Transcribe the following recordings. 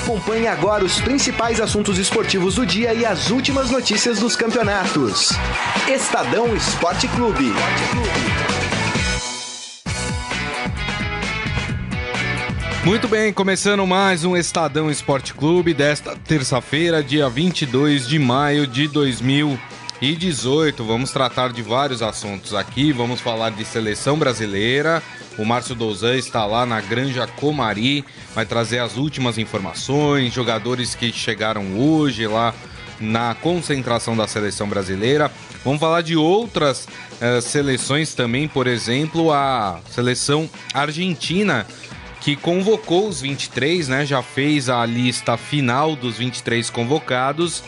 Acompanhe agora os principais assuntos esportivos do dia e as últimas notícias dos campeonatos. Estadão Esporte Clube. Muito bem, começando mais um Estadão Esporte Clube desta terça-feira, dia 22 de maio de 2018. Vamos tratar de vários assuntos aqui, vamos falar de seleção brasileira. O Márcio Douzan está lá na Granja Comari, vai trazer as últimas informações, jogadores que chegaram hoje lá na concentração da seleção brasileira. Vamos falar de outras seleções também, por exemplo, a seleção argentina, que convocou os 23, né? Já fez a lista final dos 23 convocados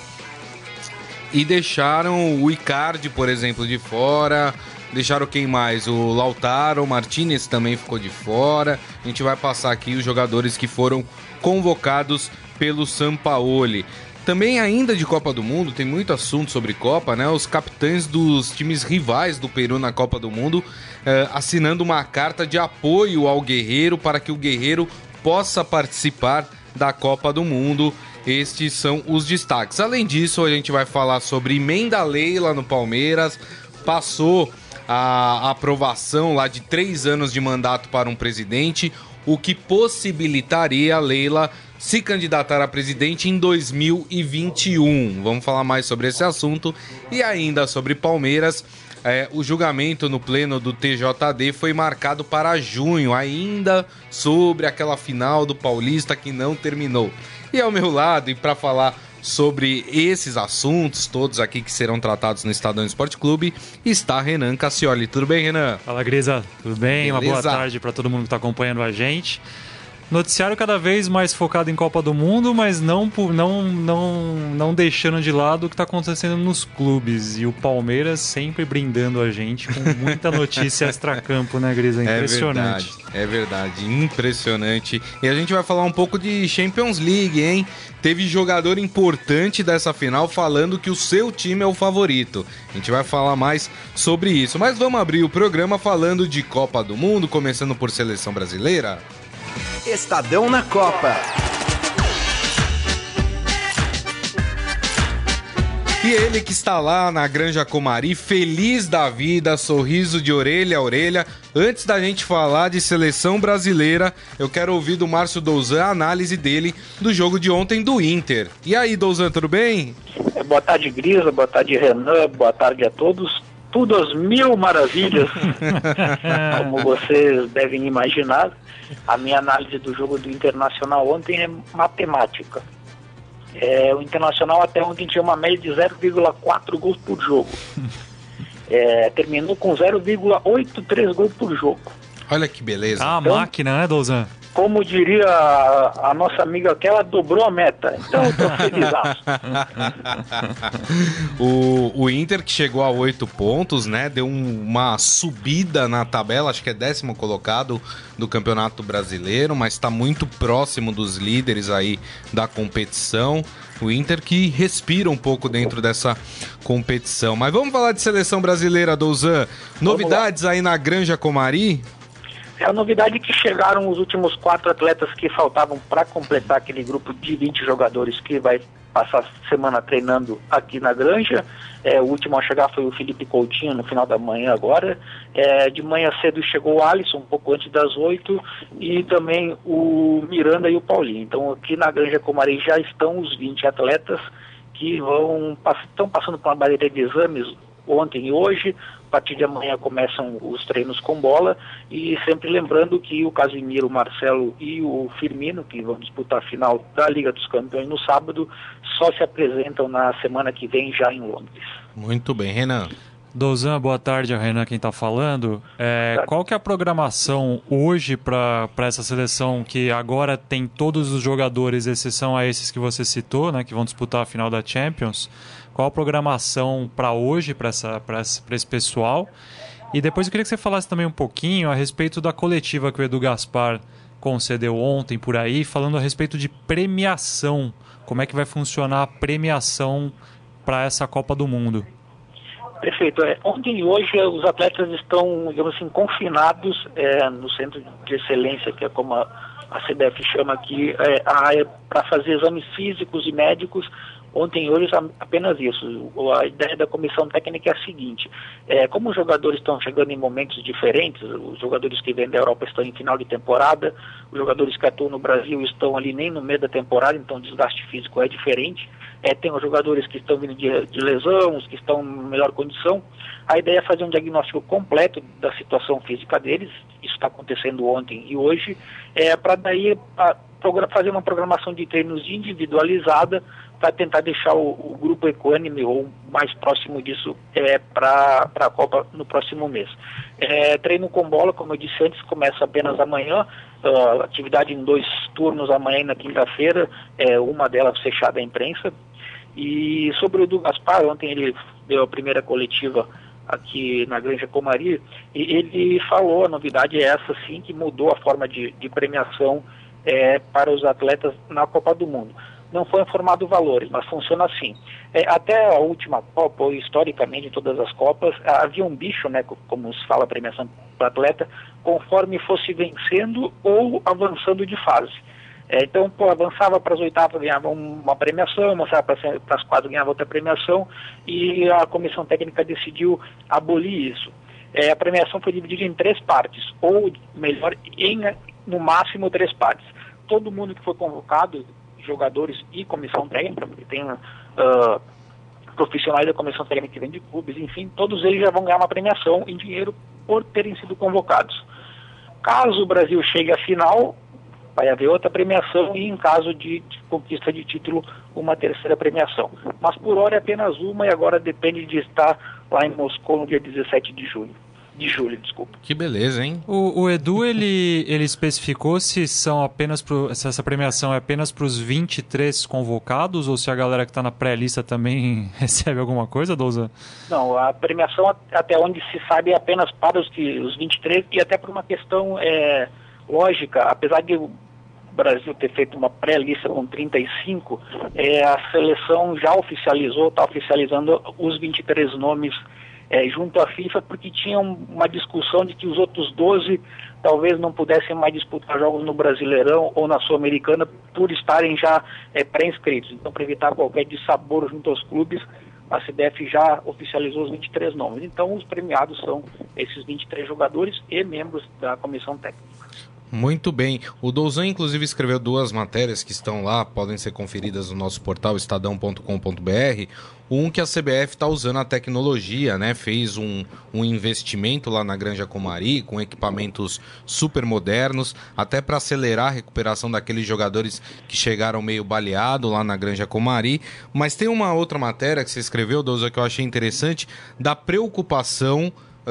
e deixaram o Icardi, por exemplo, de fora. Deixaram quem mais? O Lautaro Martinez também ficou de fora. A gente vai passar aqui os jogadores que foram convocados pelo Sampaoli. Também ainda de Copa do Mundo, tem muito assunto sobre Copa, né? Os capitães dos times rivais do Peru na Copa do Mundo assinando uma carta de apoio ao Guerreiro para que o Guerreiro possa participar da Copa do Mundo. Estes são os destaques. Além disso, a gente vai falar sobre emenda Leila no Palmeiras. Passou a aprovação lá de 3 anos de mandato para um presidente, o que possibilitaria a Leila se candidatar a presidente em 2021. Vamos falar mais sobre esse assunto e ainda sobre Palmeiras. O julgamento no pleno do TJD foi marcado para junho, ainda sobre aquela final do Paulista que não terminou. E ao meu lado, e para falar sobre esses assuntos todos aqui que serão tratados no Estadão Esporte Clube, está Renan Cassioli. Tudo bem, Renan? Fala, Grisa. Tudo bem? Beleza. Uma boa tarde para todo mundo que está acompanhando a gente. Noticiário cada vez mais focado em Copa do Mundo, mas não deixando de lado o que está acontecendo nos clubes. E o Palmeiras sempre brindando a gente com muita notícia extracampo, né, Grisa? Impressionante. É verdade, impressionante. E a gente vai falar um pouco de Champions League, hein? Teve jogador importante dessa final falando que o seu time é o favorito. A gente vai falar mais sobre isso. Mas vamos abrir o programa falando de Copa do Mundo, começando por seleção brasileira. Estadão na Copa. E ele que está lá na Granja Comari, feliz da vida, sorriso de orelha a orelha. Antes da gente falar de seleção brasileira, eu quero ouvir do Márcio Douzan a análise dele do jogo de ontem do Inter. E aí, Douzan, tudo bem? Boa tarde, Grisa, boa tarde, Renan, boa tarde a todos. Tudo às mil maravilhas, como vocês devem imaginar. A minha análise do jogo do Internacional ontem é matemática. O Internacional até ontem tinha uma média de 0,4 gols por jogo. Terminou com 0,83 gols por jogo. Olha que beleza. A máquina, né, Douzan? Como diria a nossa amiga aqui, ela dobrou a meta. Então eu tô felizaço. O Inter, que chegou a 8 pontos, né? Deu uma subida na tabela, acho que é 10º colocado do Campeonato Brasileiro, mas está muito próximo dos líderes aí da competição. O Inter que respira um pouco dentro dessa competição. Mas vamos falar de seleção brasileira, Douzan. Novidades aí na Granja Comari? É a novidade que chegaram os últimos 4 atletas que faltavam para completar aquele grupo de 20 jogadores que vai passar a semana treinando aqui na Granja. O último a chegar foi o Felipe Coutinho no final da manhã agora. De manhã cedo chegou o Alisson, um pouco antes das 8, e também o Miranda e o Paulinho. Então aqui na Granja Comari já estão os 20 atletas que estão passando por uma bateria de exames ontem e hoje. A partir de amanhã começam os treinos com bola, e sempre lembrando que o Casimiro, o Marcelo e o Firmino, que vão disputar a final da Liga dos Campeões no sábado, só se apresentam na semana que vem já em Londres. Muito bem, Renan. Douzan, boa tarde, a Renan quem está falando. Qual que é a programação hoje para essa seleção que agora tem todos os jogadores, exceção a esses que você citou, né, que vão disputar a final da Champions? Qual a programação para hoje, para esse pessoal? E depois eu queria que você falasse também um pouquinho a respeito da coletiva que o Edu Gaspar concedeu ontem por aí, falando a respeito de premiação. Como é que vai funcionar a premiação para essa Copa do Mundo? Perfeito. Ontem e hoje os atletas estão, digamos assim, confinados no Centro de Excelência, que é como a CBF chama aqui, a área para fazer exames físicos e médicos. Ontem e hoje apenas isso. A ideia da comissão técnica é a seguinte: como os jogadores estão chegando em momentos diferentes, os jogadores que vêm da Europa estão em final de temporada, os jogadores que atuam no Brasil estão ali nem no meio da temporada, então o desgaste físico é diferente. Tem os jogadores que estão vindo de lesão, os que estão em melhor condição. A ideia é fazer um diagnóstico completo da situação física deles. Isso está acontecendo ontem e hoje, para daí fazer uma programação de treinos individualizada para tentar deixar o grupo equânime ou mais próximo disso para a Copa no próximo mês. Treino com bola, como eu disse antes, começa apenas amanhã, atividade em 2 turnos amanhã e na quinta-feira, uma delas fechada à imprensa. E sobre o Edu Gaspar, ontem ele deu a primeira coletiva aqui na Granja Comari, e ele falou, a novidade é essa sim, que mudou a forma de premiação para os atletas na Copa do Mundo. Não foi informado valores, mas funciona assim. Até a última Copa, ou historicamente em todas as Copas, havia um bicho, né, como se fala a premiação para o atleta, conforme fosse vencendo ou avançando de fase. Então, avançava para as oitavas, ganhava uma premiação, avançava para as quartas, ganhava outra premiação, e a comissão técnica decidiu abolir isso. A premiação foi dividida em 3 partes, ou melhor, no máximo 3 partes. Todo mundo que foi convocado, jogadores e comissão técnica, porque tem profissionais da comissão técnica que vêm de clubes, enfim, todos eles já vão ganhar uma premiação em dinheiro por terem sido convocados. Caso o Brasil chegue à final, vai haver outra premiação e, em caso de conquista de título, uma terceira premiação. Mas por hora é apenas uma, e agora depende de estar lá em Moscou no dia 17 de julho. Que beleza, hein? O Edu, ele especificou se se essa premiação é apenas para os 23 convocados, ou se a galera que está na pré-lista também recebe alguma coisa, Douza? Não, a premiação, até onde se sabe, é apenas para os 23, e até por uma questão lógica, apesar de o Brasil ter feito uma pré-lista com 35, a seleção já está oficializando os 23 nomes junto à FIFA, porque tinha uma discussão de que os outros 12 talvez não pudessem mais disputar jogos no Brasileirão ou na Sul-Americana por estarem já pré-inscritos. Então, para evitar qualquer dissabor junto aos clubes, a CBF já oficializou os 23 nomes. Então, os premiados são esses 23 jogadores e membros da comissão técnica. Muito bem. O Douzan, inclusive, escreveu 2 matérias que estão lá, podem ser conferidas no nosso portal estadão.com.br. Um que a CBF está usando a tecnologia, né? Fez um investimento lá na Granja Comari com equipamentos super modernos, até para acelerar a recuperação daqueles jogadores que chegaram meio baleados lá na Granja Comari. Mas tem uma outra matéria que você escreveu, Douzan, que eu achei interessante, da preocupação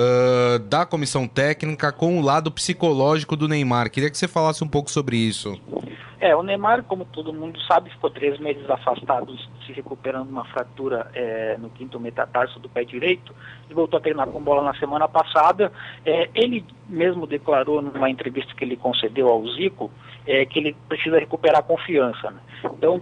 da comissão técnica com o lado psicológico do Neymar. Queria que você falasse um pouco sobre isso. O Neymar, como todo mundo sabe, ficou 3 meses afastado, se recuperando uma fratura no 5º metatarso do pé direito. Ele voltou a treinar com bola na semana passada. Ele mesmo declarou numa entrevista que ele concedeu ao Zico que ele precisa recuperar a confiança, né? Então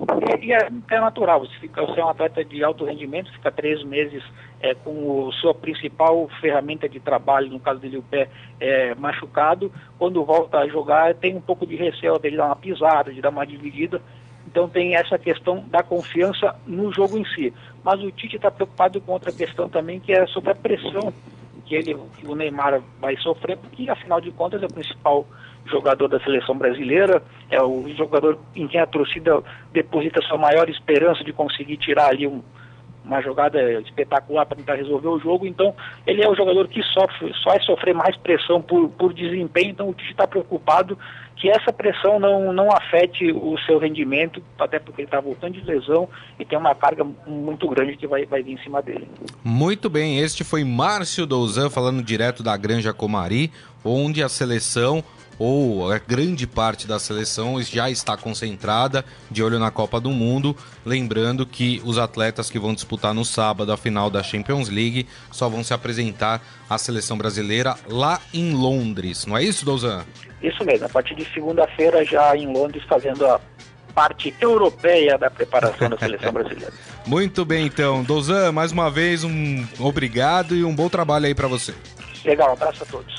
é natural, você é um atleta de alto rendimento, fica 3 meses com sua principal ferramenta de trabalho, no caso dele o pé machucado. Quando volta a jogar tem um pouco de receio de dar uma pisada, de dar uma dividida. Então tem essa questão da confiança no jogo em si. Mas o Tite está preocupado com outra questão também, que é sobre a pressão que o Neymar vai sofrer, porque afinal de contas é o principal jogador da seleção brasileira, é o jogador em quem a torcida deposita sua maior esperança de conseguir tirar ali uma jogada espetacular para tentar resolver o jogo. Então ele é o jogador que só vai sofrer mais pressão por desempenho. Então o Tite está preocupado que essa pressão não afete o seu rendimento, até porque ele está voltando de lesão e tem uma carga muito grande que vai vir em cima dele. Muito bem, este foi Márcio Douzan falando direto da Granja Comari, onde a seleção, ou a grande parte da seleção, já está concentrada, de olho na Copa do Mundo. Lembrando que os atletas que vão disputar no sábado a final da Champions League só vão se apresentar à seleção brasileira lá em Londres. Não é isso, Douzan? Isso mesmo, a partir de segunda-feira já em Londres, fazendo parte europeia da preparação da seleção brasileira. Muito bem, então. Dozan, mais uma vez, um obrigado e um bom trabalho aí para você. Legal, um abraço a todos.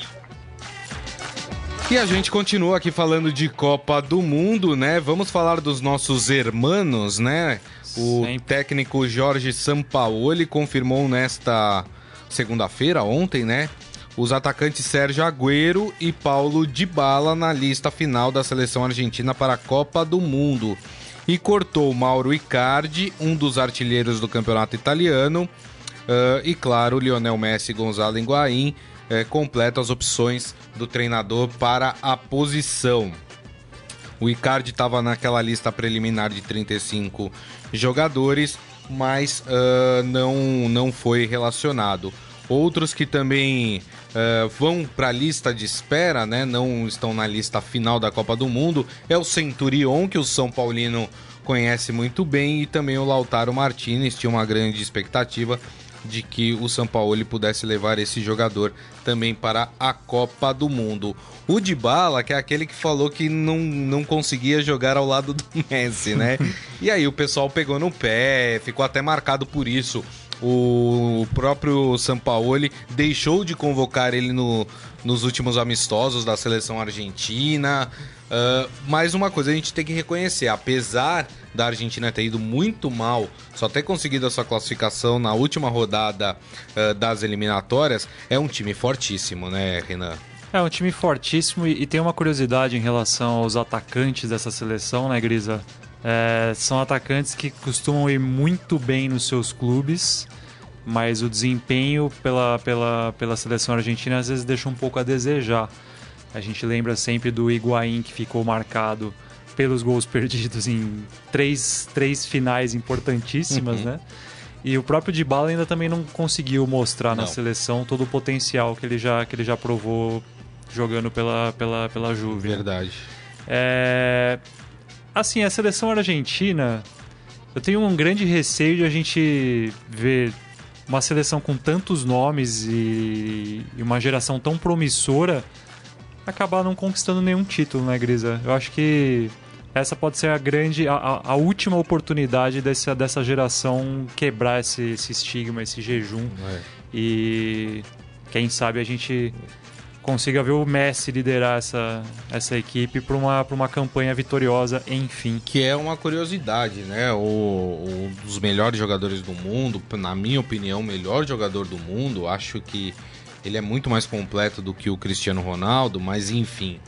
E a gente continua aqui falando de Copa do Mundo, né? Vamos falar dos nossos hermanos, né? O técnico Jorge Sampaoli confirmou nesta segunda-feira, ontem, né? Os atacantes Sérgio Agüero e Paulo Dybala na lista final da seleção argentina para a Copa do Mundo. E cortou Mauro Icardi, um dos artilheiros do campeonato italiano, e claro, Lionel Messi e Gonzalo Higuaín completam as opções do treinador para a posição. O Icardi estava naquela lista preliminar de 35 jogadores, mas não foi relacionado. Outros que também vão para a lista de espera, né, não estão na lista final da Copa do Mundo, é o Centurion, que o São Paulino conhece muito bem, e também o Lautaro Martinez. Tinha uma grande expectativa de que o Sampaoli pudesse levar esse jogador também para a Copa do Mundo. O Dybala, que é aquele que falou que não conseguia jogar ao lado do Messi, né? E aí o pessoal pegou no pé, ficou até marcado por isso. O próprio Sampaoli deixou de convocar ele nos últimos amistosos da seleção argentina. Mas uma coisa a gente tem que reconhecer: apesar da Argentina ter ido muito mal, só ter conseguido a sua classificação na última rodada das eliminatórias, é um time fortíssimo, né, Renan? É um time fortíssimo, e tem uma curiosidade em relação aos atacantes dessa seleção, né, Grisa? São atacantes que costumam ir muito bem nos seus clubes, mas o desempenho pela seleção argentina às vezes deixa um pouco a desejar. A gente lembra sempre do Higuaín, que ficou marcado pelos gols perdidos em três finais importantíssimas, né? E o próprio Dybala ainda também não conseguiu mostrar na seleção todo o potencial que ele já provou jogando pela Juve. Verdade. Assim, a seleção argentina, eu tenho um grande receio de a gente ver uma seleção com tantos nomes e uma geração tão promissora não conquistando nenhum título, né, Grisa? Eu acho que essa pode ser a última oportunidade dessa geração quebrar esse estigma, esse jejum. E quem sabe a gente consiga ver o Messi liderar essa equipe para uma campanha vitoriosa, enfim. Que é uma curiosidade, né? Um dos melhores jogadores do mundo, na minha opinião, o melhor jogador do mundo. Acho que ele é muito mais completo do que o Cristiano Ronaldo, mas enfim.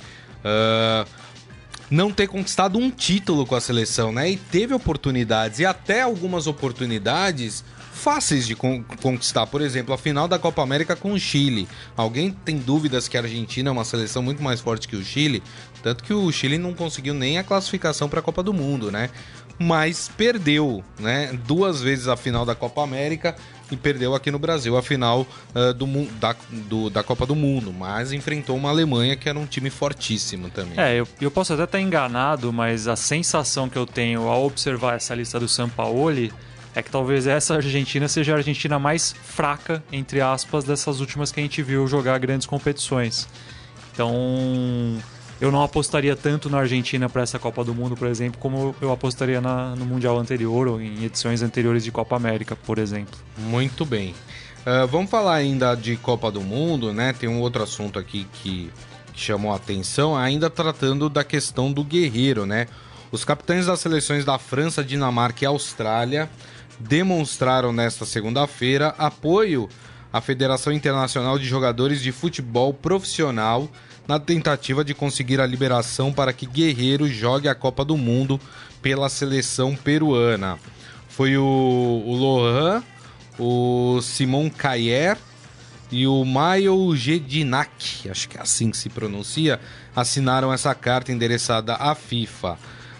Não ter conquistado um título com a seleção, né? E teve oportunidades, e até algumas oportunidades fáceis de conquistar. Por exemplo, a final da Copa América com o Chile. Alguém tem dúvidas que a Argentina é uma seleção muito mais forte que o Chile? Tanto que o Chile não conseguiu nem a classificação para a Copa do Mundo, né? Mas perdeu, né? 2 vezes a final da Copa América e perdeu aqui no Brasil a final da Copa do Mundo. Mas enfrentou uma Alemanha que era um time fortíssimo também. Eu posso até estar enganado, mas a sensação que eu tenho ao observar essa lista do Sampaoli é que talvez essa Argentina seja a Argentina mais fraca, entre aspas, dessas últimas que a gente viu jogar grandes competições. Então, eu não apostaria tanto na Argentina para essa Copa do Mundo, por exemplo, como eu apostaria no Mundial anterior ou em edições anteriores de Copa América, por exemplo. Muito bem. Vamos falar ainda de Copa do Mundo, né? Tem um outro assunto aqui que chamou a atenção, ainda tratando da questão do Guerreiro, né? Os capitães das seleções da França, Dinamarca e Austrália demonstraram nesta segunda-feira apoio à Federação Internacional de Jogadores de Futebol Profissional na tentativa de conseguir a liberação para que Guerreiro jogue a Copa do Mundo pela seleção peruana. Foi o Lohan, o Simon Cayer e o Maio Gedinak, acho que é assim que se pronuncia, assinaram essa carta endereçada à FIFA.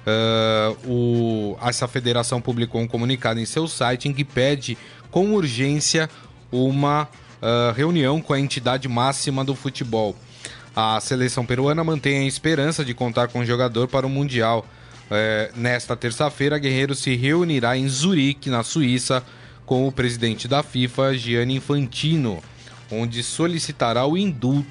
Essa federação publicou um comunicado em seu site em que pede com urgência uma reunião com a entidade máxima do futebol. A seleção peruana mantém a esperança de contar com o jogador para o Mundial. Nesta terça-feira, Guerreiro se reunirá em Zurique, na Suíça, com o presidente da FIFA, Gianni Infantino, onde solicitará o indulto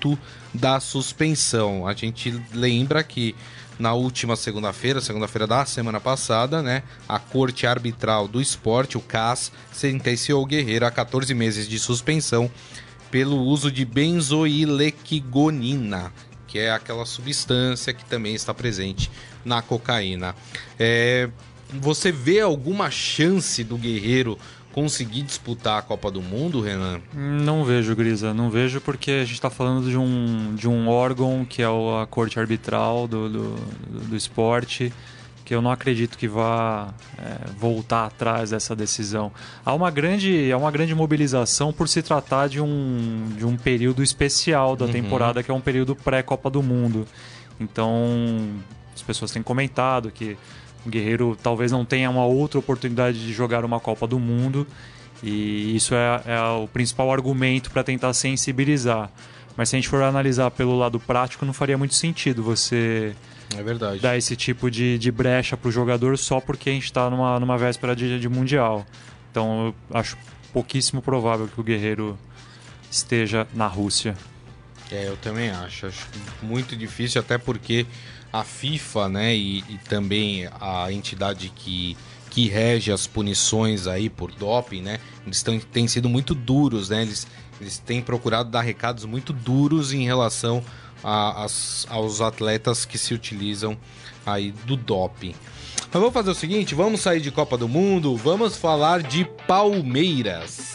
da suspensão. A gente lembra que na última segunda-feira da semana passada, né, a Corte Arbitral do Esporte, o CAS, sentenciou o Guerreiro a 14 meses de suspensão pelo uso de benzoilequigonina, que é aquela substância que também está presente na cocaína. Você vê alguma chance do Guerreiro conseguir disputar a Copa do Mundo, Renan? Não vejo, Grisa. Não vejo porque a gente está falando de um órgão que é a Corte Arbitral do Esporte, que eu não acredito que vá voltar atrás dessa decisão. Há uma grande mobilização por se tratar de um período especial da temporada, que é um período pré-Copa do Mundo. Então, as pessoas têm comentado que o Guerreiro talvez não tenha uma outra oportunidade de jogar uma Copa do Mundo, e isso é o principal argumento para tentar sensibilizar. Mas se a gente for analisar pelo lado prático, não faria muito sentido você dar esse tipo de brecha para o jogador só porque a gente está numa véspera de Mundial. Então eu acho pouquíssimo provável que o Guerreiro esteja na Rússia. Eu também acho muito difícil, até porque a FIFA, né, e também a entidade que rege as punições aí por doping, né, eles têm sido muito duros, né, eles têm procurado dar recados muito duros em relação aos atletas que se utilizam aí do doping. Mas vamos fazer o seguinte, vamos sair de Copa do Mundo, vamos falar de Palmeiras.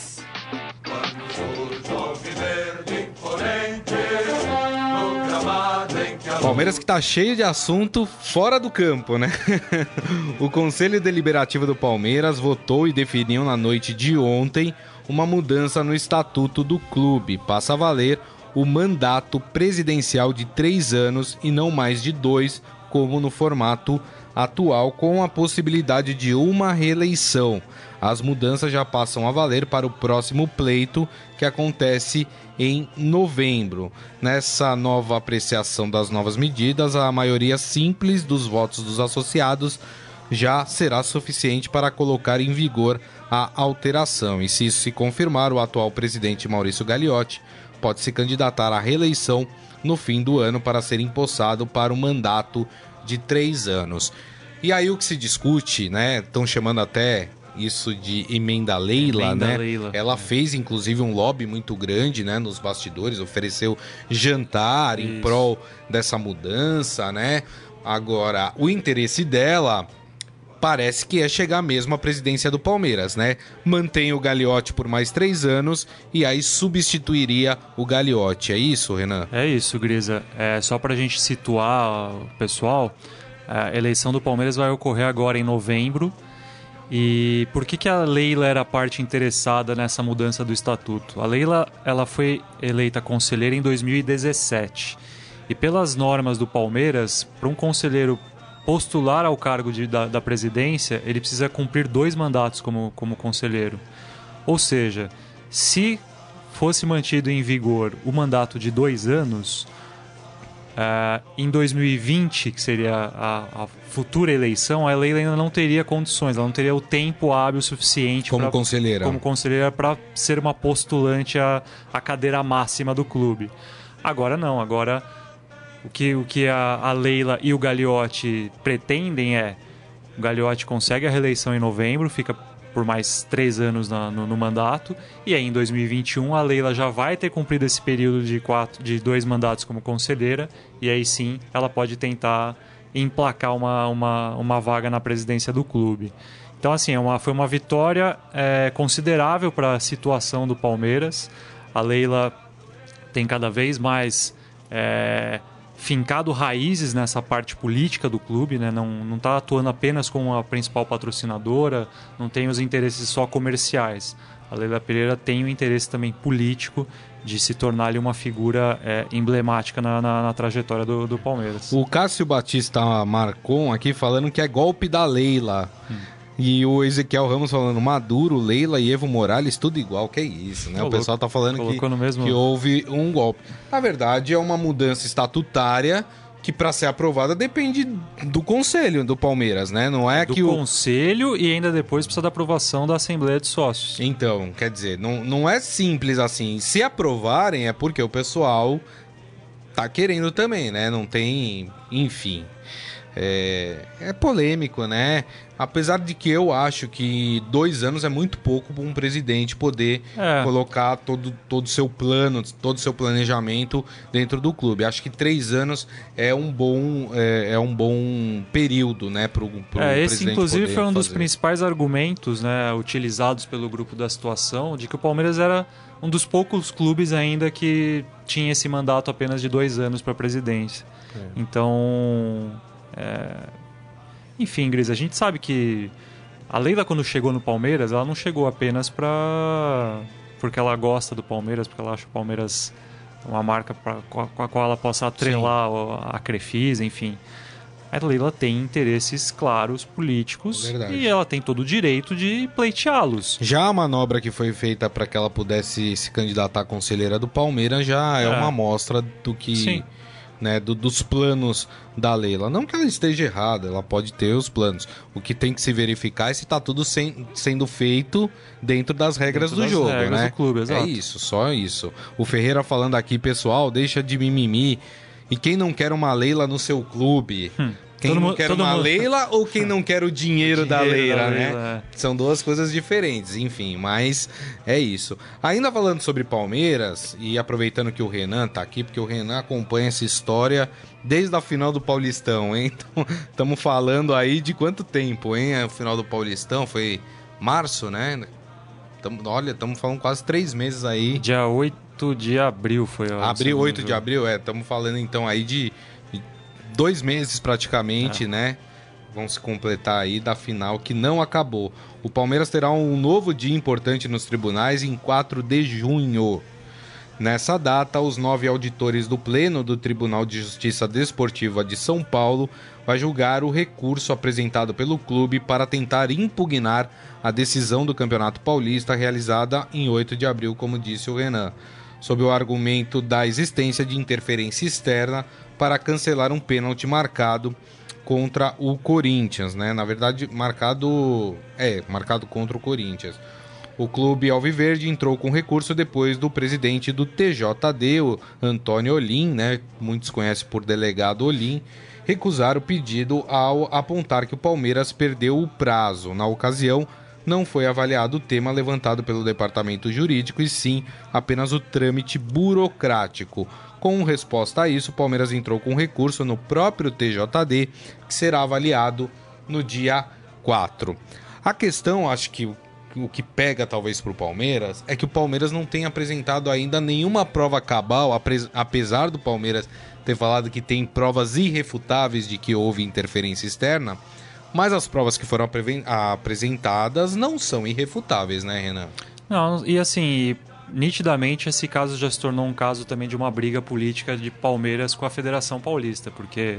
Palmeiras que tá cheio de assunto fora do campo, né? O Conselho Deliberativo do Palmeiras votou e definiu na noite de ontem uma mudança no estatuto do clube. Passa a valer o mandato presidencial de 3 anos e não mais de 2, como no formato atual, com a possibilidade de uma reeleição. As mudanças já passam a valer para o próximo pleito, que acontece em novembro. Nessa nova apreciação das novas medidas, a maioria simples dos votos dos associados já será suficiente para colocar em vigor a alteração. E se isso se confirmar, o atual presidente Maurício Gagliotti pode se candidatar à reeleição no fim do ano para ser empossado para um mandato de 3 anos. E aí o que se discute, né? Estão chamando até isso de emenda Leila, né? Ela fez inclusive um lobby muito grande, né, nos bastidores, ofereceu jantar em prol dessa mudança, né? Agora, o interesse dela parece que é chegar mesmo à presidência do Palmeiras, né? Mantém o Gagliotti por mais 3 anos e aí substituiria o Gagliotti. É isso, Renan? É isso, Grisa. Só pra gente situar o pessoal, a eleição do Palmeiras vai ocorrer agora em novembro. E por que a Leila era a parte interessada nessa mudança do estatuto? A Leila, ela foi eleita conselheira em 2017. E pelas normas do Palmeiras, para um conselheiro postular ao cargo da presidência, ele precisa cumprir 2 mandatos como conselheiro. Ou seja, se fosse mantido em vigor o mandato de 2 anos, em 2020, que seria a futura eleição, a Leila ainda não teria condições, ela não teria o tempo hábil suficiente como conselheira para ser uma postulante à cadeira máxima do clube. Agora não, agora o que a Leila e o Gagliotti pretendem o Gagliotti consegue a reeleição em novembro, fica por mais 3 anos no mandato, e aí em 2021 a Leila já vai ter cumprido esse período de 2 mandatos como conselheira, e aí sim ela pode tentar emplacar uma vaga na presidência do clube. Então assim, foi uma vitória considerável para a situação do Palmeiras. A Leila tem cada vez mais fincado raízes nessa parte política do clube, né? Não está atuando apenas como a principal patrocinadora, não tem os interesses só comerciais. A Leila Pereira tem o interesse também político de se tornar ali uma figura emblemática na trajetória do Palmeiras. O Cássio Batista Marcon aqui falando que é golpe da Leila. E o Ezequiel Ramos falando Maduro, Leila e Evo Morales, tudo igual, que é isso, né? O pessoal tá falando que houve um golpe. Na verdade, é uma mudança estatutária que, para ser aprovada, depende do conselho do Palmeiras, né? Não é do conselho e ainda depois precisa da aprovação da Assembleia de Sócios. Então, quer dizer, não é simples assim. Se aprovarem, é porque o pessoal tá querendo também, né? Não tem... Enfim... É polêmico, né? Apesar de que eu acho que 2 anos é muito pouco para um presidente poder colocar todo o seu plano, todo o seu planejamento dentro do clube. Acho que 3 anos é um bom período, né, para o presidente. Esse, inclusive, foi um dos principais argumentos, né, utilizados pelo grupo da situação, de que o Palmeiras era um dos poucos clubes ainda que tinha esse mandato apenas de 2 anos para a presidência. Então... Enfim, Gris, a gente sabe que a Leila, quando chegou no Palmeiras, ela não chegou apenas porque ela gosta do Palmeiras, porque ela acha o Palmeiras uma marca com a qual ela possa atrelar a Crefisa, enfim. A Leila tem interesses claros políticos e ela tem todo o direito de pleiteá-los. Já a manobra que foi feita para que ela pudesse se candidatar a conselheira do Palmeiras já é uma amostra do que... Sim. Né, dos planos da Leila. Não que ela esteja errada, ela pode ter os planos. O que tem que se verificar é se está tudo sendo feito dentro das regras do jogo, né? Do clube, exato. É isso, só isso. O Ferreira falando aqui, pessoal, deixa de mimimi. E quem não quer uma Leila no seu clube? Quem não quer uma Leila ou quem não quer o dinheiro da Leila, né? São 2 coisas diferentes, enfim, mas é isso. Ainda falando sobre Palmeiras, e aproveitando que o Renan tá aqui, porque o Renan acompanha essa história desde a final do Paulistão, hein? Então, estamos falando aí de quanto tempo, hein? A final do Paulistão foi março, né? Estamos falando quase 3 meses aí. Dia 8 de abril foi. 8 de abril, estamos falando então aí de 2 meses praticamente, né? Vão se completar aí da final que não acabou. O Palmeiras terá um novo dia importante nos tribunais em 4 de junho. Nessa data, os 9 auditores do Pleno do Tribunal de Justiça Desportiva de São Paulo vai julgar o recurso apresentado pelo clube para tentar impugnar a decisão do Campeonato Paulista realizada em 8 de abril, como disse o Renan, sob o argumento da existência de interferência externa para cancelar um pênalti marcado contra o Corinthians, né? Na verdade, marcado contra o Corinthians. O clube alviverde entrou com recurso depois do presidente do TJD, o Antônio Olim, né? Muitos conhecem por delegado Olim, recusar o pedido ao apontar que o Palmeiras perdeu o prazo. Na ocasião, não foi avaliado o tema levantado pelo departamento jurídico e sim apenas o trâmite burocrático. Com resposta a isso, o Palmeiras entrou com recurso no próprio TJD, que será avaliado no dia 4. A questão, acho que o que pega talvez para o Palmeiras, é que o Palmeiras não tem apresentado ainda nenhuma prova cabal, apesar do Palmeiras ter falado que tem provas irrefutáveis de que houve interferência externa, mas as provas que foram apresentadas não são irrefutáveis, né, Renan? Não, e assim, nitidamente esse caso já se tornou um caso também de uma briga política de Palmeiras com a Federação Paulista, porque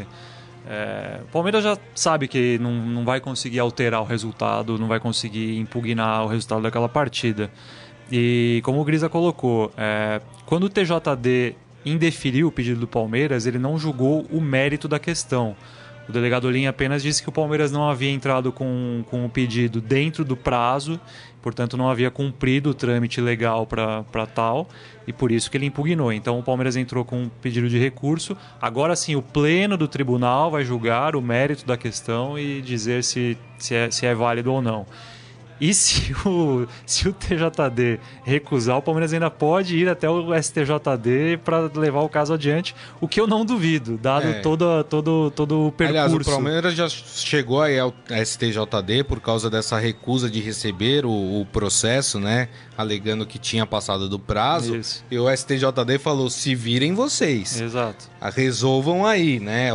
o Palmeiras já sabe que não vai conseguir alterar o resultado, não vai conseguir impugnar o resultado daquela partida. E como o Grisa colocou, quando o TJD indeferiu o pedido do Palmeiras, ele não julgou o mérito da questão. O delegado Olim apenas disse que o Palmeiras não havia entrado com o pedido dentro do prazo, portanto não havia cumprido o trâmite legal para tal, e por isso que ele impugnou. Então o Palmeiras entrou com um pedido de recurso. Agora sim, o pleno do tribunal vai julgar o mérito da questão e dizer se é válido ou não. E se o TJD recusar, o Palmeiras ainda pode ir até o STJD para levar o caso adiante, o que eu não duvido, dado todo o percurso. Aliás, o Palmeiras já chegou aí ao STJD por causa dessa recusa de receber o processo, né? Alegando que tinha passado do prazo. Isso. E o STJD falou, se virem vocês. Exato. Resolvam aí, né?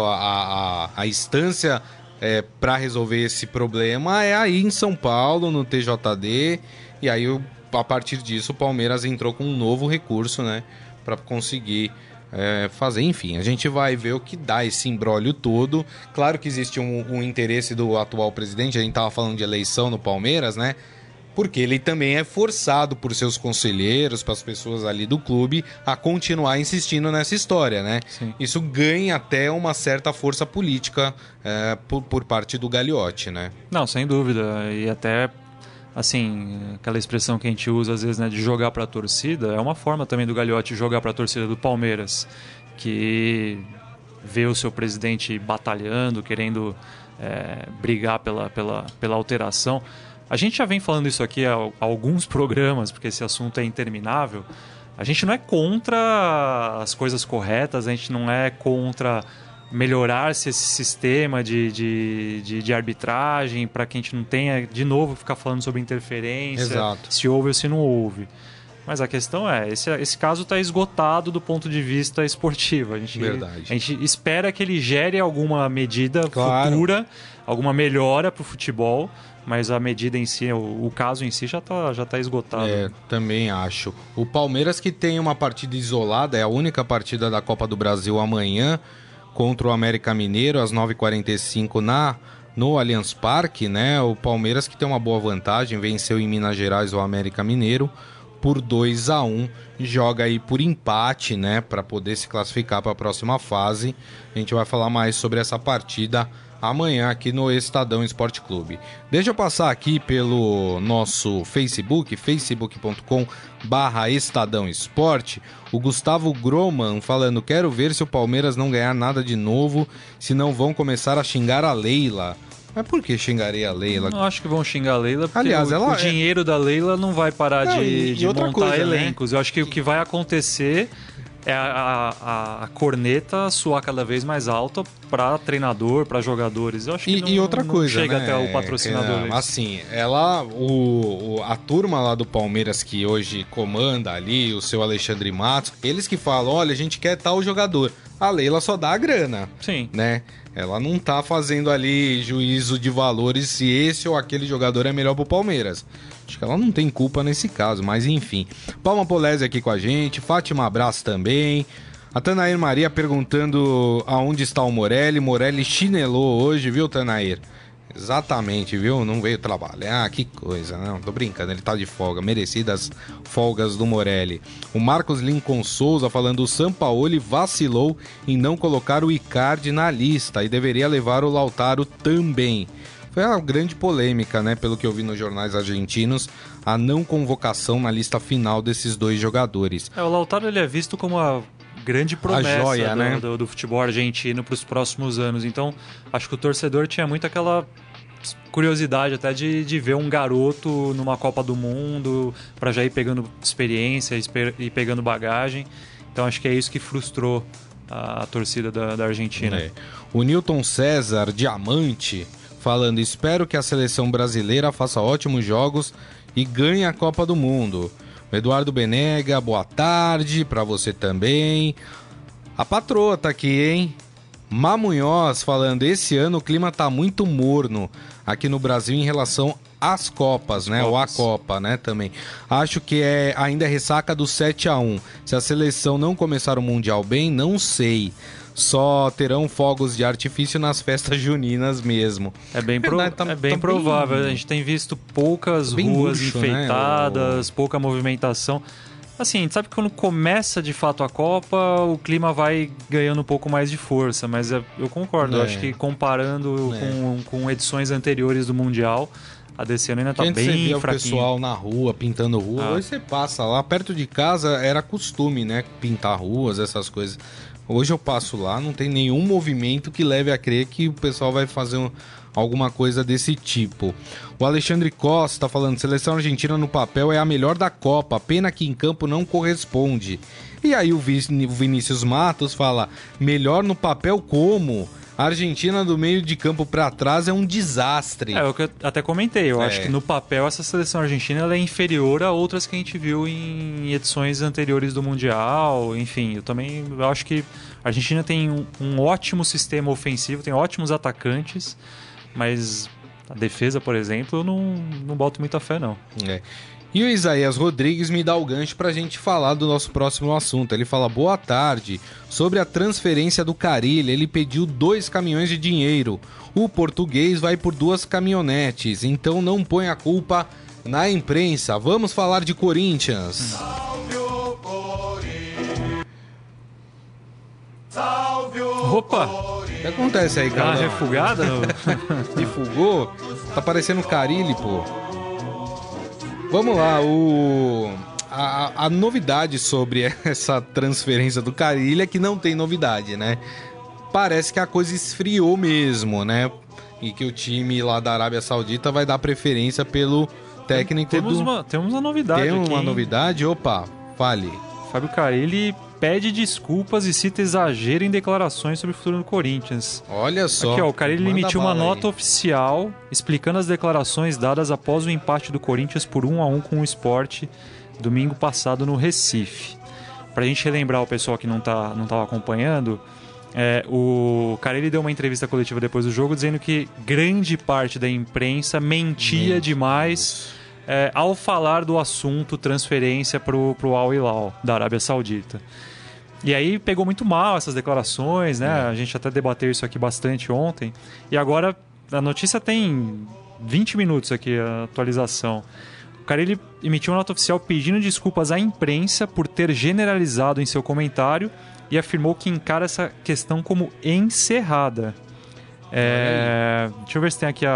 A instância... para resolver esse problema é aí em São Paulo, no TJD, e aí a partir disso o Palmeiras entrou com um novo recurso, né, para conseguir fazer. Enfim, a gente vai ver o que dá esse imbróglio todo. Claro que existe um interesse do atual presidente, a gente estava falando de eleição no Palmeiras, né, porque ele também é forçado por seus conselheiros, para as pessoas ali do clube, a continuar insistindo nessa história, né? Sim. Isso ganha até uma certa força política por parte do Gagliotti, né? Não, sem dúvida. E até, assim, aquela expressão que a gente usa às vezes, né, de jogar para a torcida, é uma forma também do Gagliotti jogar para a torcida do Palmeiras, que vê o seu presidente batalhando, querendo brigar pela alteração. A gente já vem falando isso aqui há alguns programas, porque esse assunto é interminável. A gente não é contra as coisas corretas, a gente não é contra melhorar-se esse sistema de arbitragem para que a gente não tenha, de novo, ficar falando sobre interferência, Exato. se houve ou se não houve. Mas a questão é, esse caso está esgotado do ponto de vista esportivo. Verdade. A gente espera que ele gere alguma medida futura, alguma melhora para o futebol, mas a medida em si, o caso em si já tá esgotado. Também acho. O Palmeiras, que tem uma partida isolada, é a única partida da Copa do Brasil amanhã, contra o América Mineiro, às 9h45 no Allianz Parque, né? O Palmeiras, que tem uma boa vantagem, venceu em Minas Gerais o América Mineiro por 2-1, joga aí por empate, né, para poder se classificar para a próxima fase. A gente vai falar mais sobre essa partida amanhã aqui no Estadão Esporte Clube. Deixa eu passar aqui pelo nosso Facebook, facebook.com/Estadão Esporte, o Gustavo Groman falando: quero ver se o Palmeiras não ganhar nada de novo, senão vão começar a xingar a Leila. Mas por que xingaria a Leila? Não acho que vão xingar a Leila, porque aliás, o dinheiro da Leila não vai parar de montar coisa, elencos. Né? Eu acho que o que vai acontecer é a corneta soar cada vez mais alta para treinador, para jogadores. Eu acho que e outra coisa, chega, né? até o patrocinador. Assim, a turma lá do Palmeiras que hoje comanda ali, o seu Alexandre Matos, eles que falam, olha, a gente quer tal jogador. A Leila só dá a grana. Sim. Né? Ela não tá fazendo ali juízo de valores se esse ou aquele jogador é melhor pro Palmeiras. Acho que ela não tem culpa nesse caso, mas enfim. Palma Polese aqui com a gente, Fátima Abraço também. A Tanair Maria perguntando aonde está o Morelli. Morelli chinelou hoje, viu, Tanair? Exatamente, viu? Não veio trabalhar, que coisa, não, tô brincando, ele tá de folga, merecidas folgas do Morelli. O Marcos Lincoln Souza falando: o Sampaoli vacilou em não colocar o Icardi na lista e deveria levar o Lautaro também. Foi uma grande polêmica, né, pelo que eu vi nos jornais argentinos, a não convocação na lista final desses dois jogadores. O Lautaro, ele é visto como a grande promessa joia, né? do futebol argentino para os próximos anos. Então, acho que o torcedor tinha muito aquela curiosidade até de ver um garoto numa Copa do Mundo, para já ir pegando experiência e pegando bagagem. Então, acho que é isso que frustrou a torcida da Argentina. O Newton César Diamante falando: espero que a seleção brasileira faça ótimos jogos e ganhe a Copa do Mundo. Eduardo Benega, boa tarde para você também. A patroa tá aqui, hein? Mamunhoz falando: esse ano o clima tá muito morno aqui no Brasil em relação às Copas, né? Ou a Copa, né? Também. Acho que ainda é ressaca do 7-1. Se a seleção não começar o Mundial bem, não sei. Só terão fogos de artifício nas festas juninas mesmo. É bem, provável. A gente tem visto poucas ruas enfeitadas, né? Pouca movimentação. Assim, a gente sabe que quando começa de fato a Copa, o clima vai ganhando um pouco mais de força. Mas eu concordo. Eu acho que comparando com edições anteriores do Mundial, a desse ano ainda tá bem fraquinho. Você via o pessoal na rua, pintando rua. Hoje você passa lá, perto de casa era costume, né? Pintar ruas, essas coisas. Hoje eu passo lá, não tem nenhum movimento que leve a crer que o pessoal vai fazer alguma coisa desse tipo. O Alexandre Costa falando: seleção argentina no papel é a melhor da Copa, pena que em campo não corresponde. E aí o Vinícius Matos fala: melhor no papel como? A Argentina do meio de campo para trás é um desastre. É o que eu até comentei. Eu acho que no papel essa seleção argentina ela é inferior a outras que a gente viu em edições anteriores do Mundial. Enfim, eu acho que a Argentina tem um ótimo sistema ofensivo, tem ótimos atacantes, mas a defesa, por exemplo, eu não boto muita fé, não. E o Isaías Rodrigues me dá o gancho pra gente falar do nosso próximo assunto. Ele fala: boa tarde, sobre a transferência do Carille, ele pediu 2 caminhões de dinheiro. O português vai por 2 caminhonetes, então não põe a culpa na imprensa. Vamos falar de Corinthians. Salve o Corinthians. Salve o Opa! O que acontece aí, cara? Tá refugada? Refugou? Tá parecendo Carille, pô. Vamos lá, A novidade sobre essa transferência do Carille é que não tem novidade, né? Parece que a coisa esfriou mesmo, né? E que o time lá da Arábia Saudita vai dar preferência pelo técnico temos uma novidade Tem aqui, uma hein? novidade? Opa, fale. Fábio Carille pede desculpas e cita exagero em declarações sobre o futuro do Corinthians. Olha só. Aqui, ó, o Carille manda emitiu uma bala nota aí. oficial explicando as declarações dadas após o empate do Corinthians por 1-1 com o Sport domingo passado no Recife. Pra gente relembrar o pessoal que não tava acompanhando, o Carille deu uma entrevista coletiva depois do jogo dizendo que grande parte da imprensa mentia demais ao falar do assunto transferência pro Al Hilal da Arábia Saudita. E aí pegou muito mal essas declarações, né? A gente até debateu isso aqui bastante ontem. E agora a notícia tem 20 minutos aqui, a atualização. O Carille emitiu uma nota oficial pedindo desculpas à imprensa por ter generalizado em seu comentário e afirmou que encara essa questão como encerrada. Deixa eu ver se tem aqui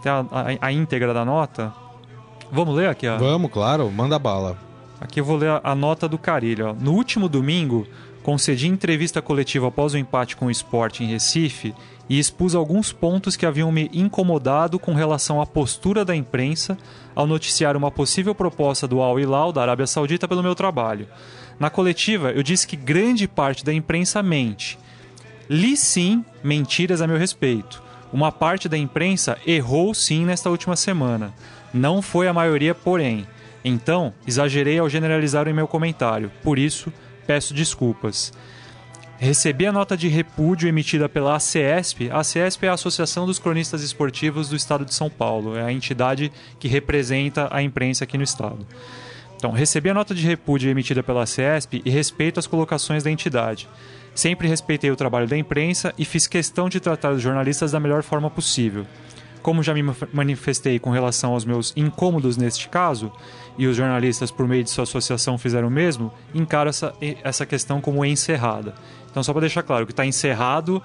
a íntegra da nota. Vamos ler aqui? Vamos, claro, manda bala. Aqui eu vou ler a nota do Carille. Ó. No último domingo, concedi entrevista coletiva após o empate com o Sport em Recife e expus alguns pontos que haviam me incomodado com relação à postura da imprensa ao noticiar uma possível proposta do Al Hilal da Arábia Saudita pelo meu trabalho. Na coletiva, eu disse que grande parte da imprensa mente. Li sim mentiras a meu respeito. Uma parte da imprensa errou sim nesta última semana. Não foi a maioria, porém. Então, exagerei ao generalizar em meu comentário. Por isso, peço desculpas. Recebi a nota de repúdio emitida pela ACESP. A ACESP é a Associação dos Cronistas Esportivos do Estado de São Paulo. É a entidade que representa a imprensa aqui no estado. Então, recebi a nota de repúdio emitida pela ACESP e respeito as colocações da entidade. Sempre respeitei o trabalho da imprensa e fiz questão de tratar os jornalistas da melhor forma possível. Como já me manifestei com relação aos meus incômodos neste caso, e os jornalistas, por meio de sua associação, fizeram o mesmo, encaro essa questão como encerrada. Então, só para deixar claro, o que está encerrado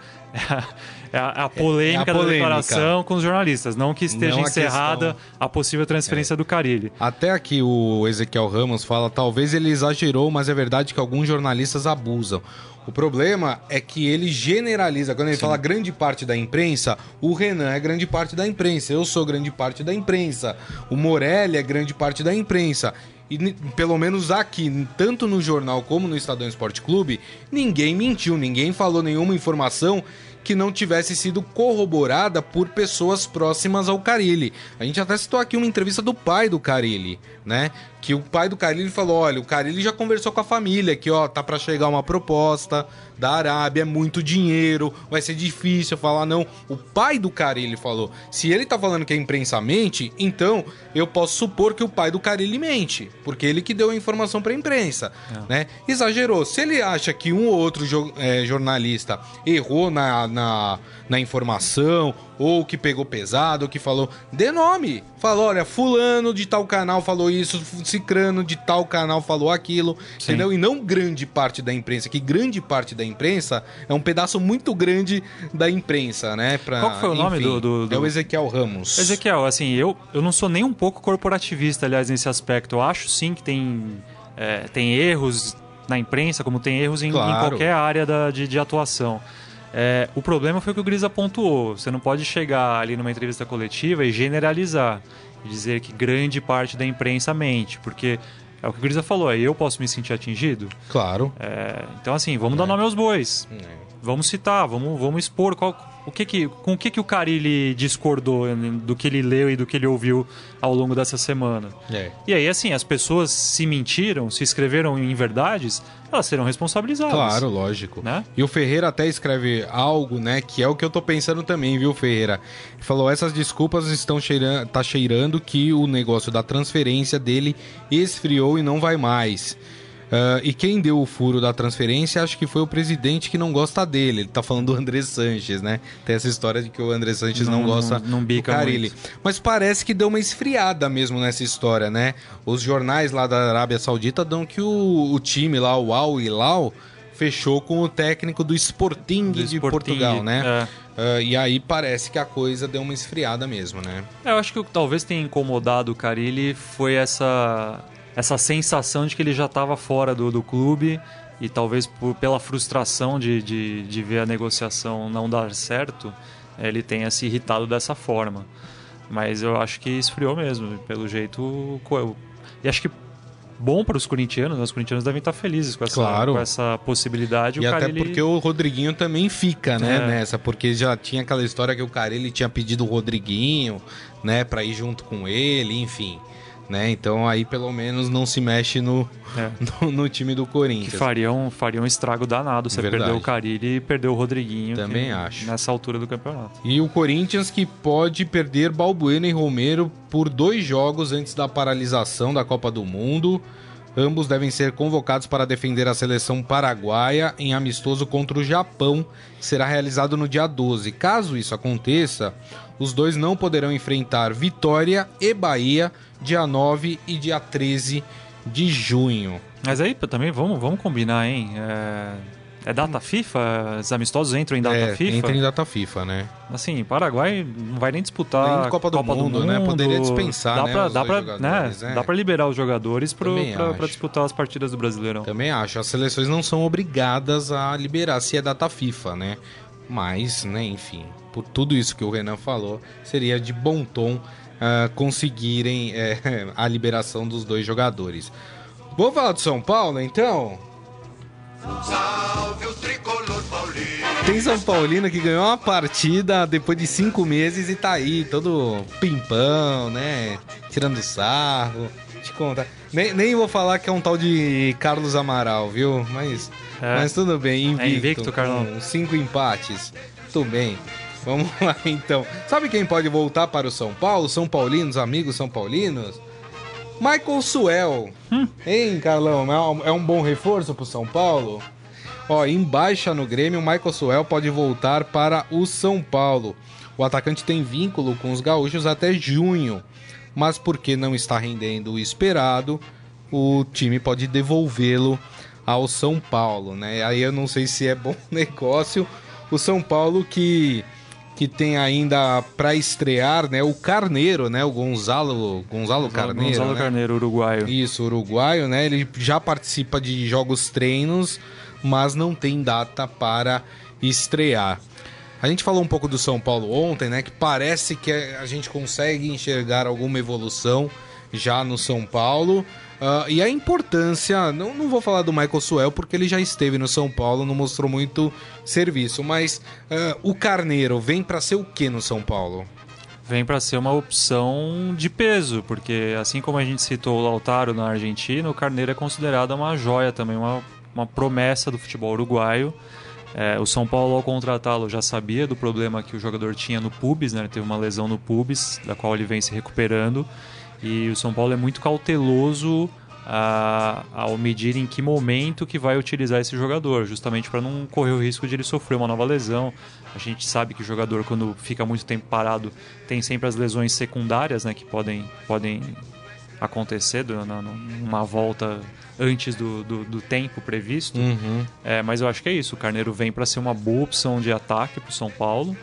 é a polêmica da declaração com os jornalistas, não que esteja encerrada a possível transferência do Carille. Até aqui o Ezequiel Ramos fala, talvez ele exagerou, mas é verdade que alguns jornalistas abusam. O problema é que ele generaliza. Quando ele fala grande parte da imprensa, o Renan é grande parte da imprensa, eu sou grande parte da imprensa, o Morelli é grande parte da imprensa. E pelo menos aqui, tanto no jornal como no Estadão Esporte Clube, ninguém mentiu, ninguém falou nenhuma informação que não tivesse sido corroborada por pessoas próximas ao Carille. A gente até citou aqui uma entrevista do pai do Carille, né? Que o pai do Carille falou, olha, o Carille já conversou com a família, que ó, tá pra chegar uma proposta da Arábia, é muito dinheiro, vai ser difícil falar não. O pai do Carille falou, se ele tá falando que a imprensa mente, então eu posso supor que o pai do Carille mente, porque ele que deu a informação pra imprensa, né? Exagerou. Se ele acha que um ou outro jornalista errou na informação, ou que pegou pesado, ou que falou, dê nome, falou, olha, fulano de tal canal falou isso, cicrano de tal canal falou aquilo, entendeu? E não grande parte da imprensa, que grande parte da imprensa é um pedaço muito grande da imprensa, né? Qual que foi o nome do... É o Ezequiel Ramos. Ezequiel, assim, eu não sou nem um pouco corporativista, aliás, nesse aspecto. Eu acho sim que tem erros na imprensa, como tem erros em qualquer área de atuação. O problema foi o que o Grisa pontuou. Você não pode chegar ali numa entrevista coletiva e generalizar, e dizer que grande parte da imprensa mente, porque é o que o Grisa falou, eu posso me sentir atingido? Claro. Então assim, vamos dar nome aos bois. Vamos citar, vamos expor com o que o Carille discordou do que ele leu e do que ele ouviu ao longo dessa semana. E aí, assim, as pessoas se mentiram, se escreveram em verdades, elas serão responsabilizadas. Claro, lógico. Né? E o Ferreira até escreve algo, né, que é o que eu tô pensando também, viu, Ferreira? Ele falou, essas desculpas tá cheirando que o negócio da transferência dele esfriou e não vai mais. E quem deu o furo da transferência, acho que foi o presidente que não gosta dele. Ele tá falando do André Sanches, né? Tem essa história de que o André Sanches não gosta do Carille. Mas parece que deu uma esfriada mesmo nessa história, né? Os jornais lá da Arábia Saudita dão que o time lá, o Al Hilal, fechou com o técnico do Sporting de Portugal, né? E aí parece que a coisa deu uma esfriada mesmo, né? Eu acho que o que talvez tenha incomodado o Carille foi essa essa sensação de que ele já estava fora do clube e talvez pela frustração de ver a negociação não dar certo, ele tenha se irritado dessa forma. Mas eu acho que esfriou mesmo, pelo jeito. E acho que bom para os corintianos, né? Os corintianos devem estar felizes com essa possibilidade. E até porque o Rodriguinho também fica, né, nessa, porque já tinha aquela história que o Carille tinha pedido o Rodriguinho, né, para ir junto com ele, enfim, né? Então aí pelo menos não se mexe no time do Corinthians. Que faria um estrago danado você perder o Carille e perder o Rodriguinho. Também acho. Nessa altura do campeonato. E o Corinthians que pode perder Balbuena e Romero por 2 jogos antes da paralisação da Copa do Mundo. Ambos devem ser convocados para defender a seleção paraguaia em amistoso contra o Japão, que será realizado no dia 12. Caso isso aconteça, os dois não poderão enfrentar Vitória e Bahia dia 9 e dia 13 de junho. Mas aí também vamos combinar, hein? É data FIFA? Os amistosos entram em data FIFA? Entra em data FIFA, né? Assim, Paraguai não vai nem disputar nem Copa do Mundo, né? Poderia dispensar, dá pra liberar os jogadores pra disputar as partidas do Brasileirão. Também acho. As seleções não são obrigadas a liberar se é data FIFA, né? Mas, né, enfim, por tudo isso que o Renan falou, seria de bom tom conseguirem a liberação dos 2 jogadores. Vou falar do São Paulo, então? Salve o tricolor paulino. Tem São Paulino que ganhou uma partida depois de 5 meses e tá aí, todo pimpão, né? Tirando sarro. Te contar. Nem vou falar que é um tal de Carlos Amaral, viu? Mas tudo bem, invicto Carlão. 5 empates. Tudo bem. Vamos lá, então. Sabe quem pode voltar para o São Paulo? São Paulinos, amigos São Paulinos? Michael Suel. Hein, Carlão? É um bom reforço pro São Paulo? Ó, em baixa no Grêmio, Michael Suel pode voltar para o São Paulo. O atacante tem vínculo com os gaúchos até junho, mas porque não está rendendo o esperado, o time pode devolvê-lo ao São Paulo, né? Aí eu não sei se é bom negócio. O São Paulo que tem ainda para estrear, né, o Carneiro, né, o Gonzalo Carneiro. Gonzalo, né? Carneiro, uruguaio. Isso, uruguaio, né? Ele já participa de jogos treinos, mas não tem data para estrear. A gente falou um pouco do São Paulo ontem, né, que parece que a gente consegue enxergar alguma evolução já no São Paulo. E a importância, não vou falar do Michael Suel porque ele já esteve no São Paulo, não mostrou muito serviço, mas o Carneiro vem para ser o que no São Paulo? Vem para ser uma opção de peso, porque assim como a gente citou o Lautaro na Argentina, o Carneiro é considerado uma joia também, uma promessa do futebol uruguaio. O São Paulo, ao contratá-lo, já sabia do problema que o jogador tinha no pubis, né? Ele teve uma lesão no pubis, da qual ele vem se recuperando. E o São Paulo é muito cauteloso ao medir em que momento que vai utilizar esse jogador, justamente para não correr o risco de ele sofrer uma nova lesão. A gente sabe que o jogador, quando fica muito tempo parado, tem sempre as lesões secundárias, né, que podem acontecer numa volta antes do tempo previsto. Uhum. Mas eu acho que é isso. O Carneiro vem para ser uma boa opção de ataque para o São Paulo.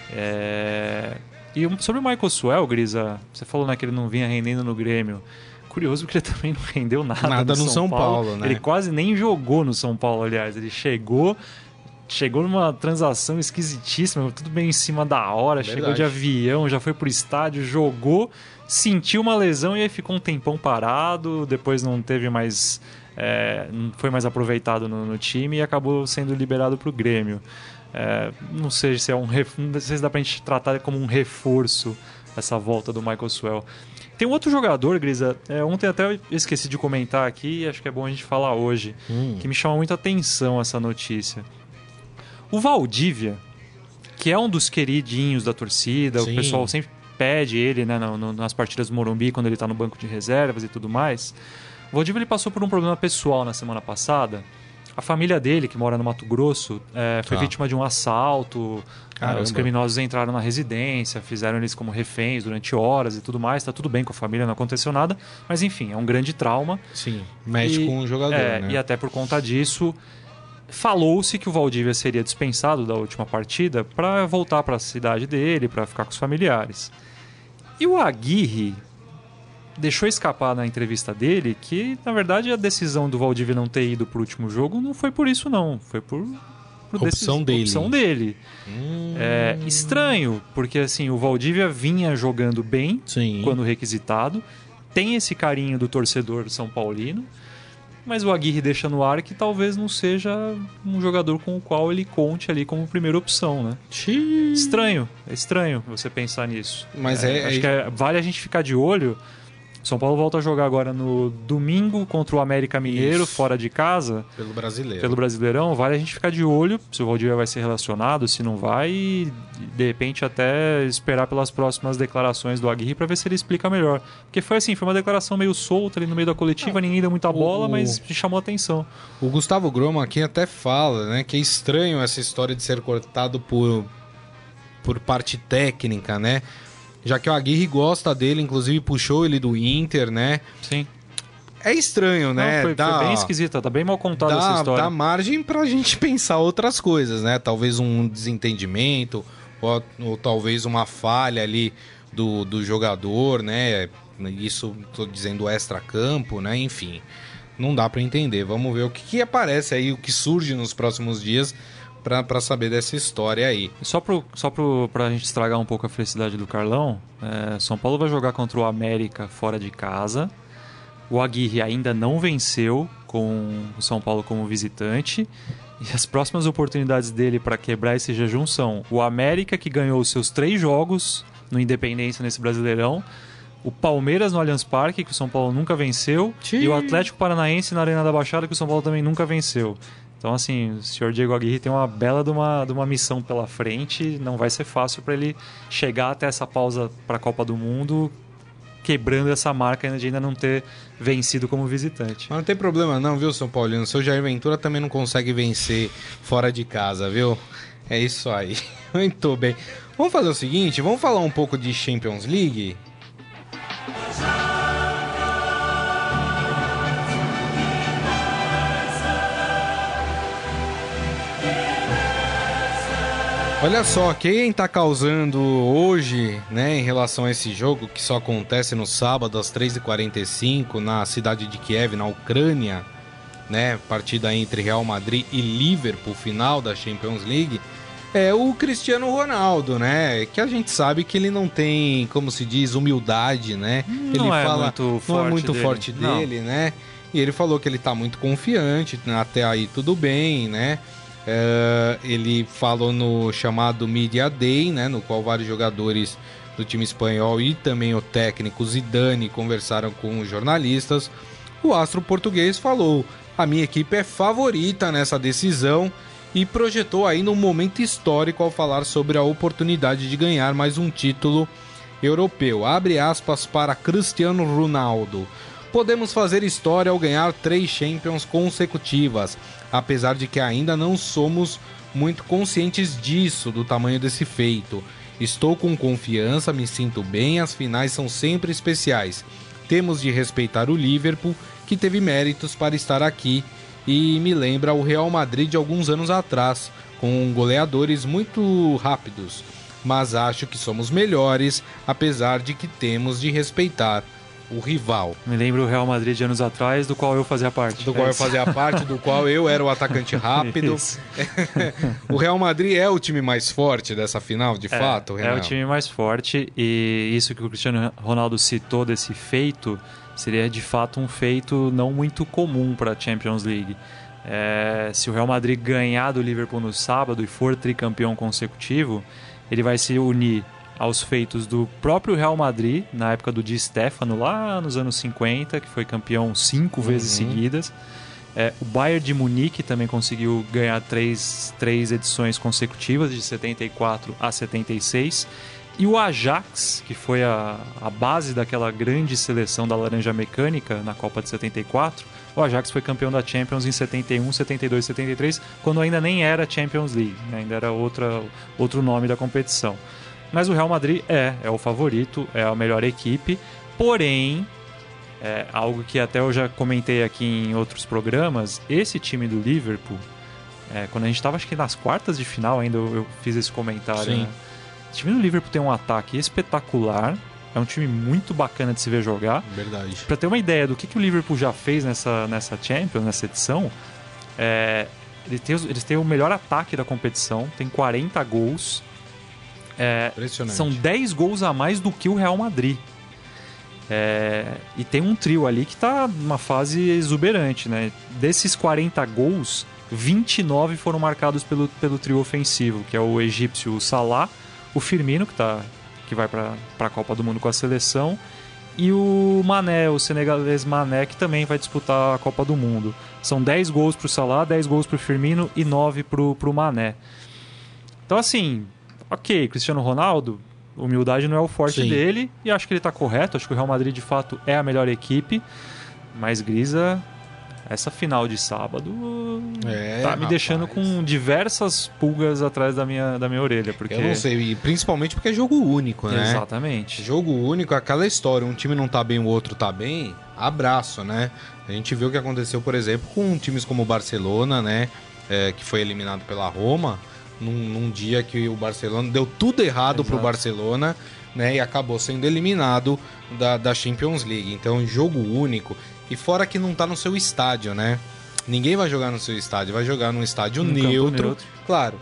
E sobre o Michael Suel, Grisa, você falou, né, que ele não vinha rendendo no Grêmio. Curioso porque ele também não rendeu nada no São Paulo, né? Ele quase nem jogou no São Paulo, aliás. Ele chegou numa transação esquisitíssima, tudo bem em cima da hora, Verdade. Chegou de avião, já foi pro estádio, jogou, sentiu uma lesão e aí ficou um tempão parado, depois não teve mais... não foi mais aproveitado no time e acabou sendo liberado pro Grêmio. Não sei se não sei se dá pra gente tratar como um reforço essa volta do Michael Suel. Tem um outro jogador, Grisa, ontem até eu esqueci de comentar aqui e acho que é bom a gente falar hoje, que me chama muita atenção essa notícia. O Valdívia, que é um dos queridinhos da torcida, Sim. O pessoal sempre pede ele, né, nas partidas do Morumbi, quando ele tá no banco de reservas e tudo mais. O Valdívia ele passou por um problema pessoal na semana passada. A família dele, que mora no Mato Grosso, foi vítima de um assalto. Os criminosos entraram na residência, fizeram eles como reféns durante horas e tudo mais. Tá tudo bem com a família, não aconteceu nada. Mas enfim, é um grande trauma. Sim, mexe com o jogador, né? E até por conta disso, falou-se que o Valdívia seria dispensado da última partida para voltar para a cidade dele, para ficar com os familiares. E o Aguirre deixou escapar na entrevista dele que, na verdade, a decisão do Valdívia não ter ido pro último jogo não foi por isso, não. Foi por opção dele. É estranho, porque assim, o Valdívia vinha jogando bem quando requisitado, tem esse carinho do torcedor São Paulino, mas o Aguirre deixa no ar que talvez não seja um jogador com o qual ele conte ali como primeira opção, né? É estranho você pensar nisso. Mas acho que vale a gente ficar de olho. São Paulo volta a jogar agora no domingo contra o América Mineiro, fora de casa. Pelo Brasileirão. Vale a gente ficar de olho se o Valdívia vai ser relacionado, se não vai, e de repente até esperar pelas próximas declarações do Aguirre para ver se ele explica melhor. Porque foi uma declaração meio solta ali no meio da coletiva, ninguém deu muita bola, mas chamou atenção. O Gustavo Groma aqui até fala, né, que é estranho essa história de ser cortado por parte técnica, né? Já que o Aguirre gosta dele, inclusive puxou ele do Inter, né? Sim. É estranho, né? Foi bem esquisita, tá bem mal contada essa história. Dá margem pra gente pensar outras coisas, né? Talvez um desentendimento, ou talvez uma falha ali do jogador, né? Isso, tô dizendo extra-campo, né? Enfim, não dá pra entender. Vamos ver o que aparece aí, o que surge nos próximos dias pra saber dessa história aí. Pra gente estragar um pouco a felicidade do Carlão, São Paulo vai jogar contra o América fora de casa. O Aguirre ainda não venceu com o São Paulo como visitante. E as próximas oportunidades dele para quebrar esse jejum são o América, que ganhou os seus 3 jogos no Independência nesse Brasileirão, o Palmeiras no Allianz Parque, que o São Paulo nunca venceu, e o Atlético Paranaense na Arena da Baixada, que o São Paulo também nunca venceu. Então, assim, o senhor Diego Aguirre tem uma bela de uma missão pela frente. Não vai ser fácil para ele chegar até essa pausa para a Copa do Mundo, quebrando essa marca de ainda não ter vencido como visitante. Mas não tem problema não, viu, São Paulino? O seu Jair Ventura também não consegue vencer fora de casa, viu? É isso aí. Muito bem. Vamos fazer o seguinte, vamos falar um pouco de Champions League? Olha só, quem está causando hoje, né, em relação a esse jogo, que só acontece no sábado às 3h45 na cidade de Kiev, na Ucrânia, né, partida entre Real Madrid e Liverpool, final da Champions League, é o Cristiano Ronaldo, né, que a gente sabe que ele não tem, como se diz, humildade, né, não é muito forte dele, né, e ele falou que ele está muito confiante, até aí tudo bem, né. Ele falou no chamado Media Day, né, no qual vários jogadores do time espanhol e também o técnico Zidane conversaram com os jornalistas. O astro português falou: a minha equipe é favorita nessa decisão, e projetou aí num momento histórico ao falar sobre a oportunidade de ganhar mais um título europeu. Abre aspas para Cristiano Ronaldo: podemos fazer história ao ganhar 3 Champions consecutivas, apesar de que ainda não somos muito conscientes disso, do tamanho desse feito. Estou com confiança, me sinto bem, as finais são sempre especiais. Temos de respeitar o Liverpool, que teve méritos para estar aqui, e me lembra o Real Madrid de alguns anos atrás, com goleadores muito rápidos. Mas acho que somos melhores, apesar de que temos de respeitar o rival. Me lembro o Real Madrid de anos atrás, do qual eu fazia parte. Do qual eu era o atacante rápido. O Real Madrid é o time mais forte dessa final, de fato, Renan? É o time mais forte, e isso que o Cristiano Ronaldo citou desse feito, seria de fato um feito não muito comum para a Champions League. Se o Real Madrid ganhar do Liverpool no sábado e for tricampeão consecutivo, ele vai se unir aos feitos do próprio Real Madrid, na época do Di Stéfano, lá nos anos 50, que foi campeão 5 vezes seguidas. O Bayern de Munique também conseguiu ganhar 3 edições consecutivas, de 74 a 76. E o Ajax, que foi a base daquela grande seleção da Laranja Mecânica na Copa de 74, o Ajax foi campeão da Champions em 71, 72, 73, quando ainda nem era Champions League, né? Ainda era outro nome da competição. Mas o Real Madrid é o favorito, é a melhor equipe, porém, algo que até eu já comentei aqui em outros programas, esse time do Liverpool, quando a gente estava acho que nas quartas de final ainda eu fiz esse comentário, né? O time do Liverpool tem um ataque espetacular, É um time muito bacana de se ver jogar. Verdade. Pra ter uma ideia do que o Liverpool já fez nessa Champions, nessa edição, eles têm o melhor ataque da competição, tem 40 gols. Impressionante. São 10 gols a mais do que o Real Madrid. E tem um trio ali que tá numa fase exuberante, né? Desses 40 gols, 29 foram marcados pelo trio ofensivo, que é o egípcio Salah, o Firmino, que vai para a Copa do Mundo com a seleção, e o Mané, o senegalês Mané, que também vai disputar a Copa do Mundo. São 10 gols pro Salah, 10 gols pro Firmino e 9 pro Mané. Então, assim, ok, Cristiano Ronaldo, humildade não é o forte dele, e acho que ele tá correto, acho que o Real Madrid, de fato, é a melhor equipe, mas, Grisa, essa final de sábado tá me deixando com diversas pulgas atrás da minha orelha. Porque... Eu não sei, e principalmente porque é jogo único, né? Exatamente. Jogo único, aquela história, um time não tá bem, o outro tá bem, abraço, né? A gente viu o que aconteceu, por exemplo, com times como o Barcelona, né? Que foi eliminado pela Roma, num dia que o Barcelona deu tudo errado pro Barcelona, né? E acabou sendo eliminado da Champions League. Então, jogo único. E fora que não tá no seu estádio, né? Ninguém vai jogar no seu estádio, vai jogar num estádio neutro. Claro,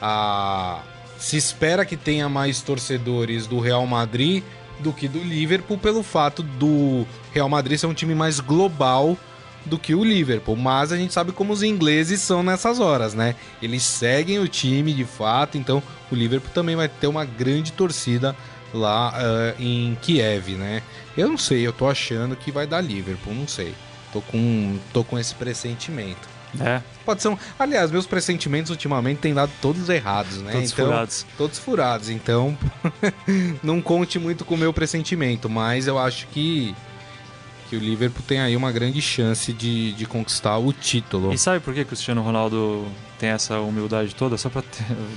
se espera que tenha mais torcedores do Real Madrid do que do Liverpool, pelo fato do Real Madrid ser um time mais global do que o Liverpool. Mas a gente sabe como os ingleses são nessas horas, né? Eles seguem o time de fato, então o Liverpool também vai ter uma grande torcida lá em Kiev, né? Eu não sei, eu tô achando que vai dar Liverpool, não sei. Tô com esse pressentimento. Pode ser Aliás, meus pressentimentos ultimamente têm dado todos errados, né? Todos furados. Então, não conte muito com o meu pressentimento, mas eu acho que o Liverpool tem aí uma grande chance de conquistar o título. E sabe por que o Cristiano Ronaldo tem essa humildade toda? Só para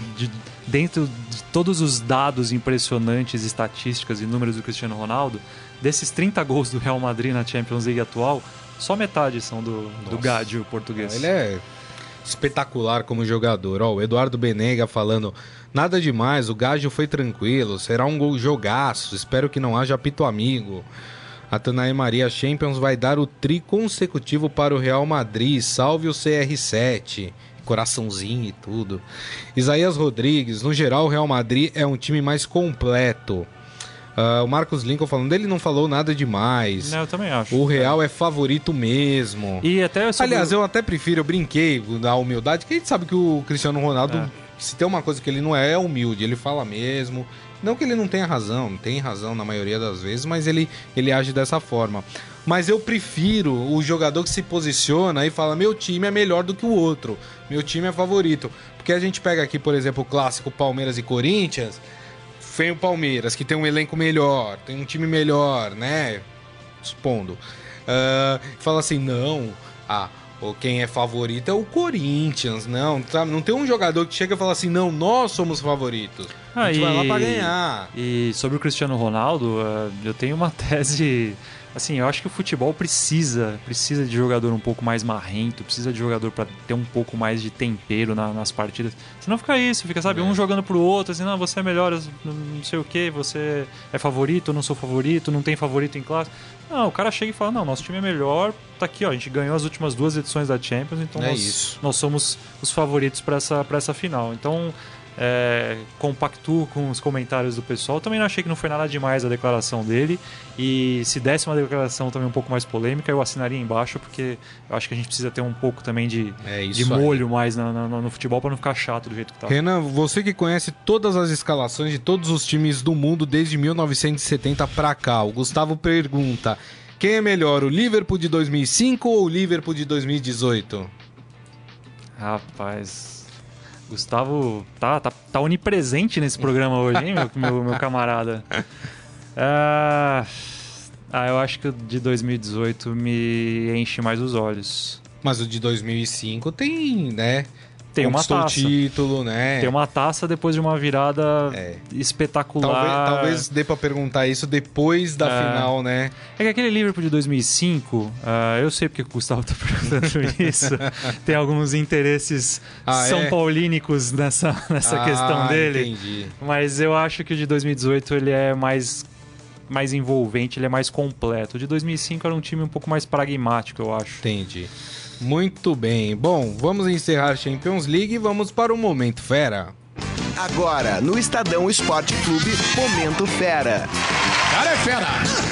dentro de todos os dados impressionantes, estatísticas e números do Cristiano Ronaldo, desses 30 gols do Real Madrid na Champions League atual, só metade são do Gádio português. Ele é espetacular como jogador. O Eduardo Benega falando: nada demais, o Gádio foi tranquilo, será um gol jogaço, espero que não haja apito amigo. A Tanaí Maria: Champions vai dar o tri consecutivo para o Real Madrid, salve o CR7, coraçãozinho e tudo. Isaías Rodrigues: no geral o Real Madrid é um time mais completo. O Marcos Lincoln falando: ele não falou nada demais. Não, eu também acho. O Real é favorito mesmo. E até Aliás, eu até prefiro, eu brinquei da humildade, que a gente sabe que o Cristiano Ronaldo, se tem uma coisa que ele não é humilde, ele fala mesmo. Não que ele não tenha razão, não tem razão na maioria das vezes, mas ele age dessa forma. Mas eu prefiro o jogador que se posiciona e fala: meu time é melhor do que o outro, meu time é favorito. Porque a gente pega aqui, por exemplo, o clássico Palmeiras e Corinthians. Vem o Palmeiras, que tem um elenco melhor, tem um time melhor, né? Supondo. Fala assim: não, quem é favorito é o Corinthians. Não tem um jogador que chega e fala assim: não, nós somos favoritos. A gente vai lá pra ganhar. E sobre o Cristiano Ronaldo, eu tenho uma tese. Assim, eu acho que o futebol precisa de jogador um pouco mais marrento, precisa de jogador para ter um pouco mais de tempero nas partidas. Senão fica isso, sabe, um jogando pro outro, assim: não, você é melhor, não sei o que, você é favorito, eu não sou favorito, não tem favorito em classe. Não, o cara chega e fala: não, nosso time é melhor, tá aqui, ó, a gente ganhou as últimas 2 edições da Champions, então nós somos os favoritos para essa final. Então, compactuo com os comentários do pessoal. Também não achei que não foi nada demais a declaração dele, e se desse uma declaração também um pouco mais polêmica, eu assinaria embaixo, porque eu acho que a gente precisa ter um pouco também de molho mais no futebol para não ficar chato do jeito que tá. Renan, você que conhece todas as escalações de todos os times do mundo desde 1970 pra cá, o Gustavo pergunta: quem é melhor, o Liverpool de 2005 ou o Liverpool de 2018? Rapaz, Gustavo tá onipresente nesse programa hoje, hein, meu camarada? Eu acho que o de 2018 me enche mais os olhos. Mas o de 2005 tem, né? Tem uma taça. O título, né? Tem uma taça depois de uma virada espetacular. Talvez dê pra perguntar isso depois da final, né? É que aquele Liverpool de 2005, eu sei porque o Gustavo tá perguntando isso. Tem alguns interesses são paulínicos nessa questão dele. Entendi. Mas eu acho que o de 2018 ele é mais mais envolvente, ele é mais completo. O de 2005 era um time um pouco mais pragmático, eu acho. Entendi. Muito bem. Bom, vamos encerrar a Champions League e vamos para o Momento Fera. Agora, no Estadão Esporte Clube, Momento Fera. Cara é fera.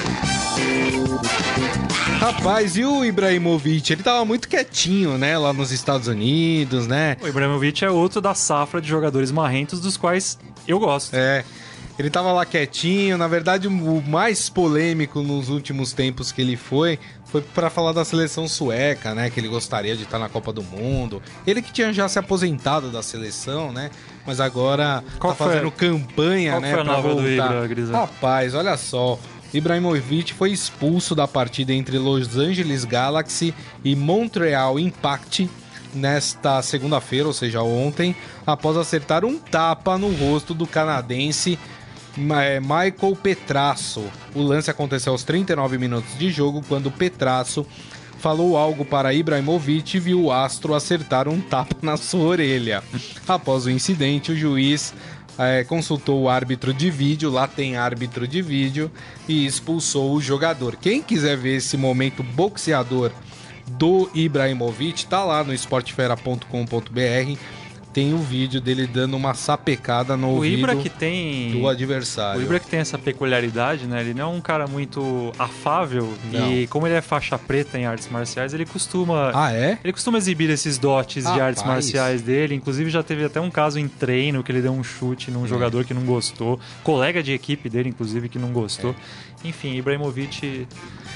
Rapaz, e o Ibrahimovic? Ele tava muito quietinho, né? Lá nos Estados Unidos, né? O Ibrahimovic é outro da safra de jogadores marrentos, dos quais eu gosto. É, ele tava lá quietinho. Na verdade, o mais polêmico nos últimos tempos que ele foi pra falar da seleção sueca, né? Que ele gostaria de estar na Copa do Mundo. Ele que tinha já se aposentado da seleção, né? Mas agora tá fazendo campanha, né? Qual foi a nova do Ibra, Grisa? Rapaz, olha só. Ibrahimovic foi expulso da partida entre Los Angeles Galaxy e Montreal Impact nesta segunda-feira, ou seja, ontem, após acertar um tapa no rosto do canadense Michael Petrasso. O lance aconteceu aos 39 minutos de jogo, quando Petrasso falou algo para Ibrahimovic e viu o astro acertar um tapa na sua orelha. Após o incidente, o juiz consultou o árbitro de vídeo, lá tem árbitro de vídeo, e expulsou o jogador. Quem quiser ver esse momento boxeador do Ibrahimovic, tá lá no esportefera.com.br. Tem o vídeo dele dando uma sapecada no ouvido Ibra que tem do adversário. O Ibra que tem essa peculiaridade, né? Ele não é um cara muito afável. Não. E como ele é faixa preta em artes marciais, ele costuma... Ah, é? Ele costuma exibir esses dotes de artes marciais dele. Inclusive já teve até um caso em treino que ele deu um chute num jogador que não gostou. Colega de equipe dele, inclusive, que não gostou. Enfim, Ibrahimovic...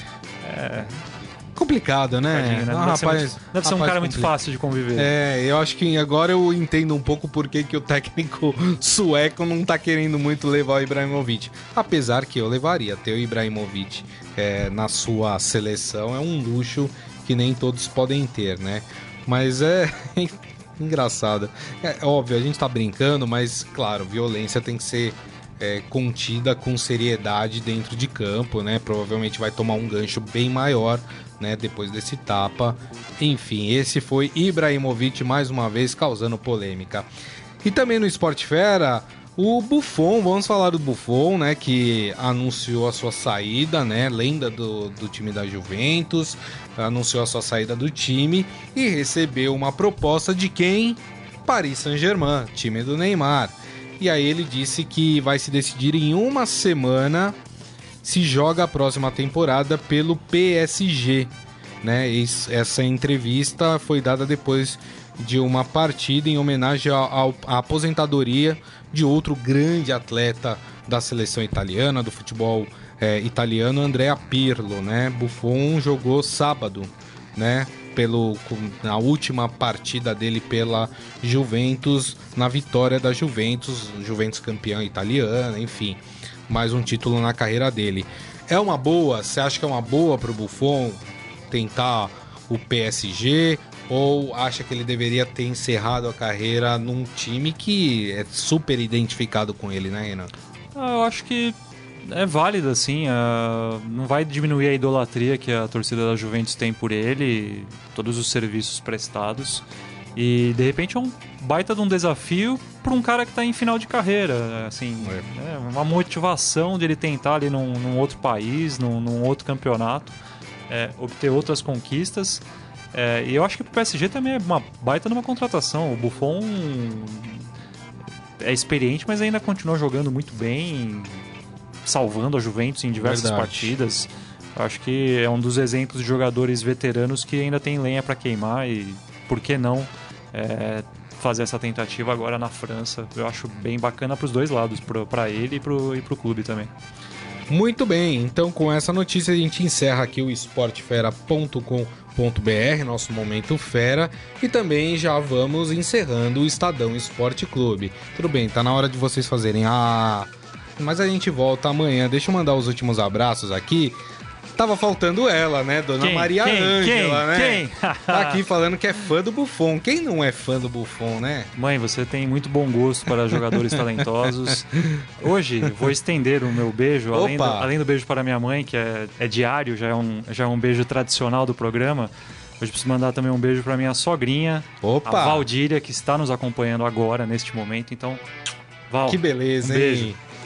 Complicado, né? Né? Deve ser um cara muito fácil de conviver. Eu acho que agora eu entendo um pouco por que o técnico sueco não tá querendo muito levar o Ibrahimovic. Apesar que eu levaria. Ter o Ibrahimovic na sua seleção é um luxo que nem todos podem ter, né? Mas é engraçado. É óbvio, a gente tá brincando, mas claro, violência tem que ser contida com seriedade dentro de campo, né? Provavelmente vai tomar um gancho bem maior, né, depois desse tapa. Enfim, esse foi Ibrahimovic mais uma vez causando polêmica. E também no Sport Fera, o Buffon, vamos falar do Buffon, né, que anunciou a sua saída, né, lenda do time da Juventus, anunciou a sua saída do time e recebeu uma proposta de quem? Paris Saint-Germain, time do Neymar. E aí ele disse que vai se decidir em uma semana se joga a próxima temporada pelo PSG, né? Essa entrevista foi dada depois de uma partida em homenagem à aposentadoria de outro grande atleta da seleção italiana, do futebol italiano, Andrea Pirlo, né? Buffon jogou sábado, né? Na última partida dele pela Juventus, na vitória da Juventus campeã italiana, enfim, mais um título na carreira dele. É uma boa? Você acha que é uma boa pro Buffon tentar o PSG? Ou acha que ele deveria ter encerrado a carreira num time que é super identificado com ele, né, Renan? Eu acho que é válido, assim. Não vai diminuir a idolatria que a torcida da Juventus tem por ele, todos os serviços prestados. E, de repente, é um baita de um desafio para um cara que está em final de carreira. Assim, uma motivação de ele tentar ali num outro país, num outro campeonato, obter outras conquistas. E eu acho que pro PSG também é uma baita de uma contratação. O Buffon é experiente, mas ainda continua jogando muito bem, salvando a Juventus em diversas partidas. Eu acho que é um dos exemplos de jogadores veteranos que ainda tem lenha para queimar e por que não fazer essa tentativa agora na França. Eu acho bem bacana para os dois lados, para ele e pro clube também. Muito bem, então com essa notícia a gente encerra aqui o esportefera.com.br, nosso Momento Fera, e também já vamos encerrando o Estadão Esporte Clube. Tudo bem, tá na hora de vocês fazerem mas a gente volta amanhã. Deixa eu mandar os últimos abraços aqui. Tava faltando ela, né? Dona Maria Ângela, né? Quem? Tá aqui falando que é fã do Buffon. Quem não é fã do Buffon, né? Mãe, você tem muito bom gosto para jogadores talentosos. Hoje vou estender o meu beijo, além do beijo para minha mãe, que é diário, já é um beijo tradicional do programa. Hoje preciso mandar também um beijo para minha sogrinha, a Valdíria, que está nos acompanhando agora, neste momento. Então, Val, que beleza, um beijo. hein?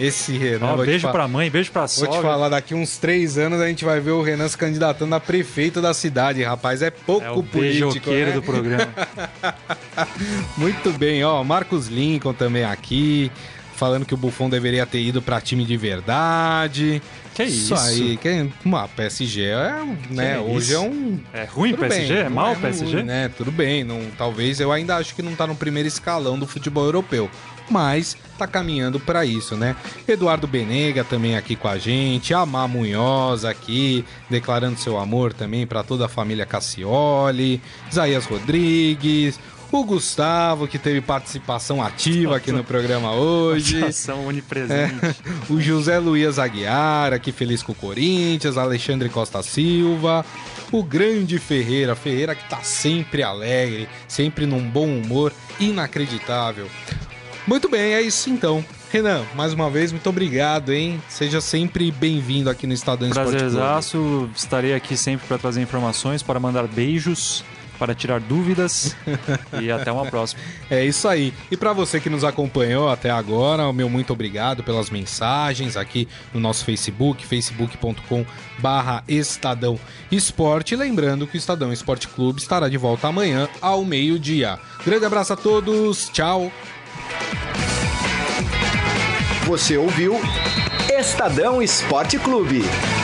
Esse Renan... Beijo pra mãe, beijo pra Vou sogra. te falar, daqui uns 3 anos a gente vai ver o Renan se candidatando a prefeito da cidade, rapaz. É pouco É o político, beijoqueiro né? do programa. Muito bem, ó. Marcos Lincoln também aqui, falando que o Buffon deveria ter ido pra time de verdade. Que isso? Aí, uma PSG né? Hoje isso? é um... É ruim o Tudo PSG? bem, É não mal o ruim, PSG? né? Tudo bem, não, talvez eu ainda acho que não tá no primeiro escalão do futebol europeu, mas tá caminhando pra isso, né? Eduardo Benega também aqui com a gente, Amar Munhoz aqui, declarando seu amor também pra toda a família Cassioli, Isaías Rodrigues, o Gustavo, que teve participação ativa aqui no programa hoje. Participação onipresente. O José Luiz Aguiar, aqui feliz com o Corinthians, Alexandre Costa Silva, o grande Ferreira que tá sempre alegre, sempre num bom humor inacreditável. Muito bem, é isso então. Renan, mais uma vez, muito obrigado, hein? Seja sempre bem-vindo aqui no Estadão Esporte Clube. Prazerzaço, estarei aqui sempre para trazer informações, para mandar beijos, para tirar dúvidas e até uma próxima. É isso aí. E para você que nos acompanhou até agora, o meu muito obrigado pelas mensagens aqui no nosso Facebook, facebook.com/Estadão Esporte. Lembrando que o Estadão Esporte Clube estará de volta amanhã ao meio-dia. Grande abraço a todos, tchau. Você ouviu Estadão Esporte Clube.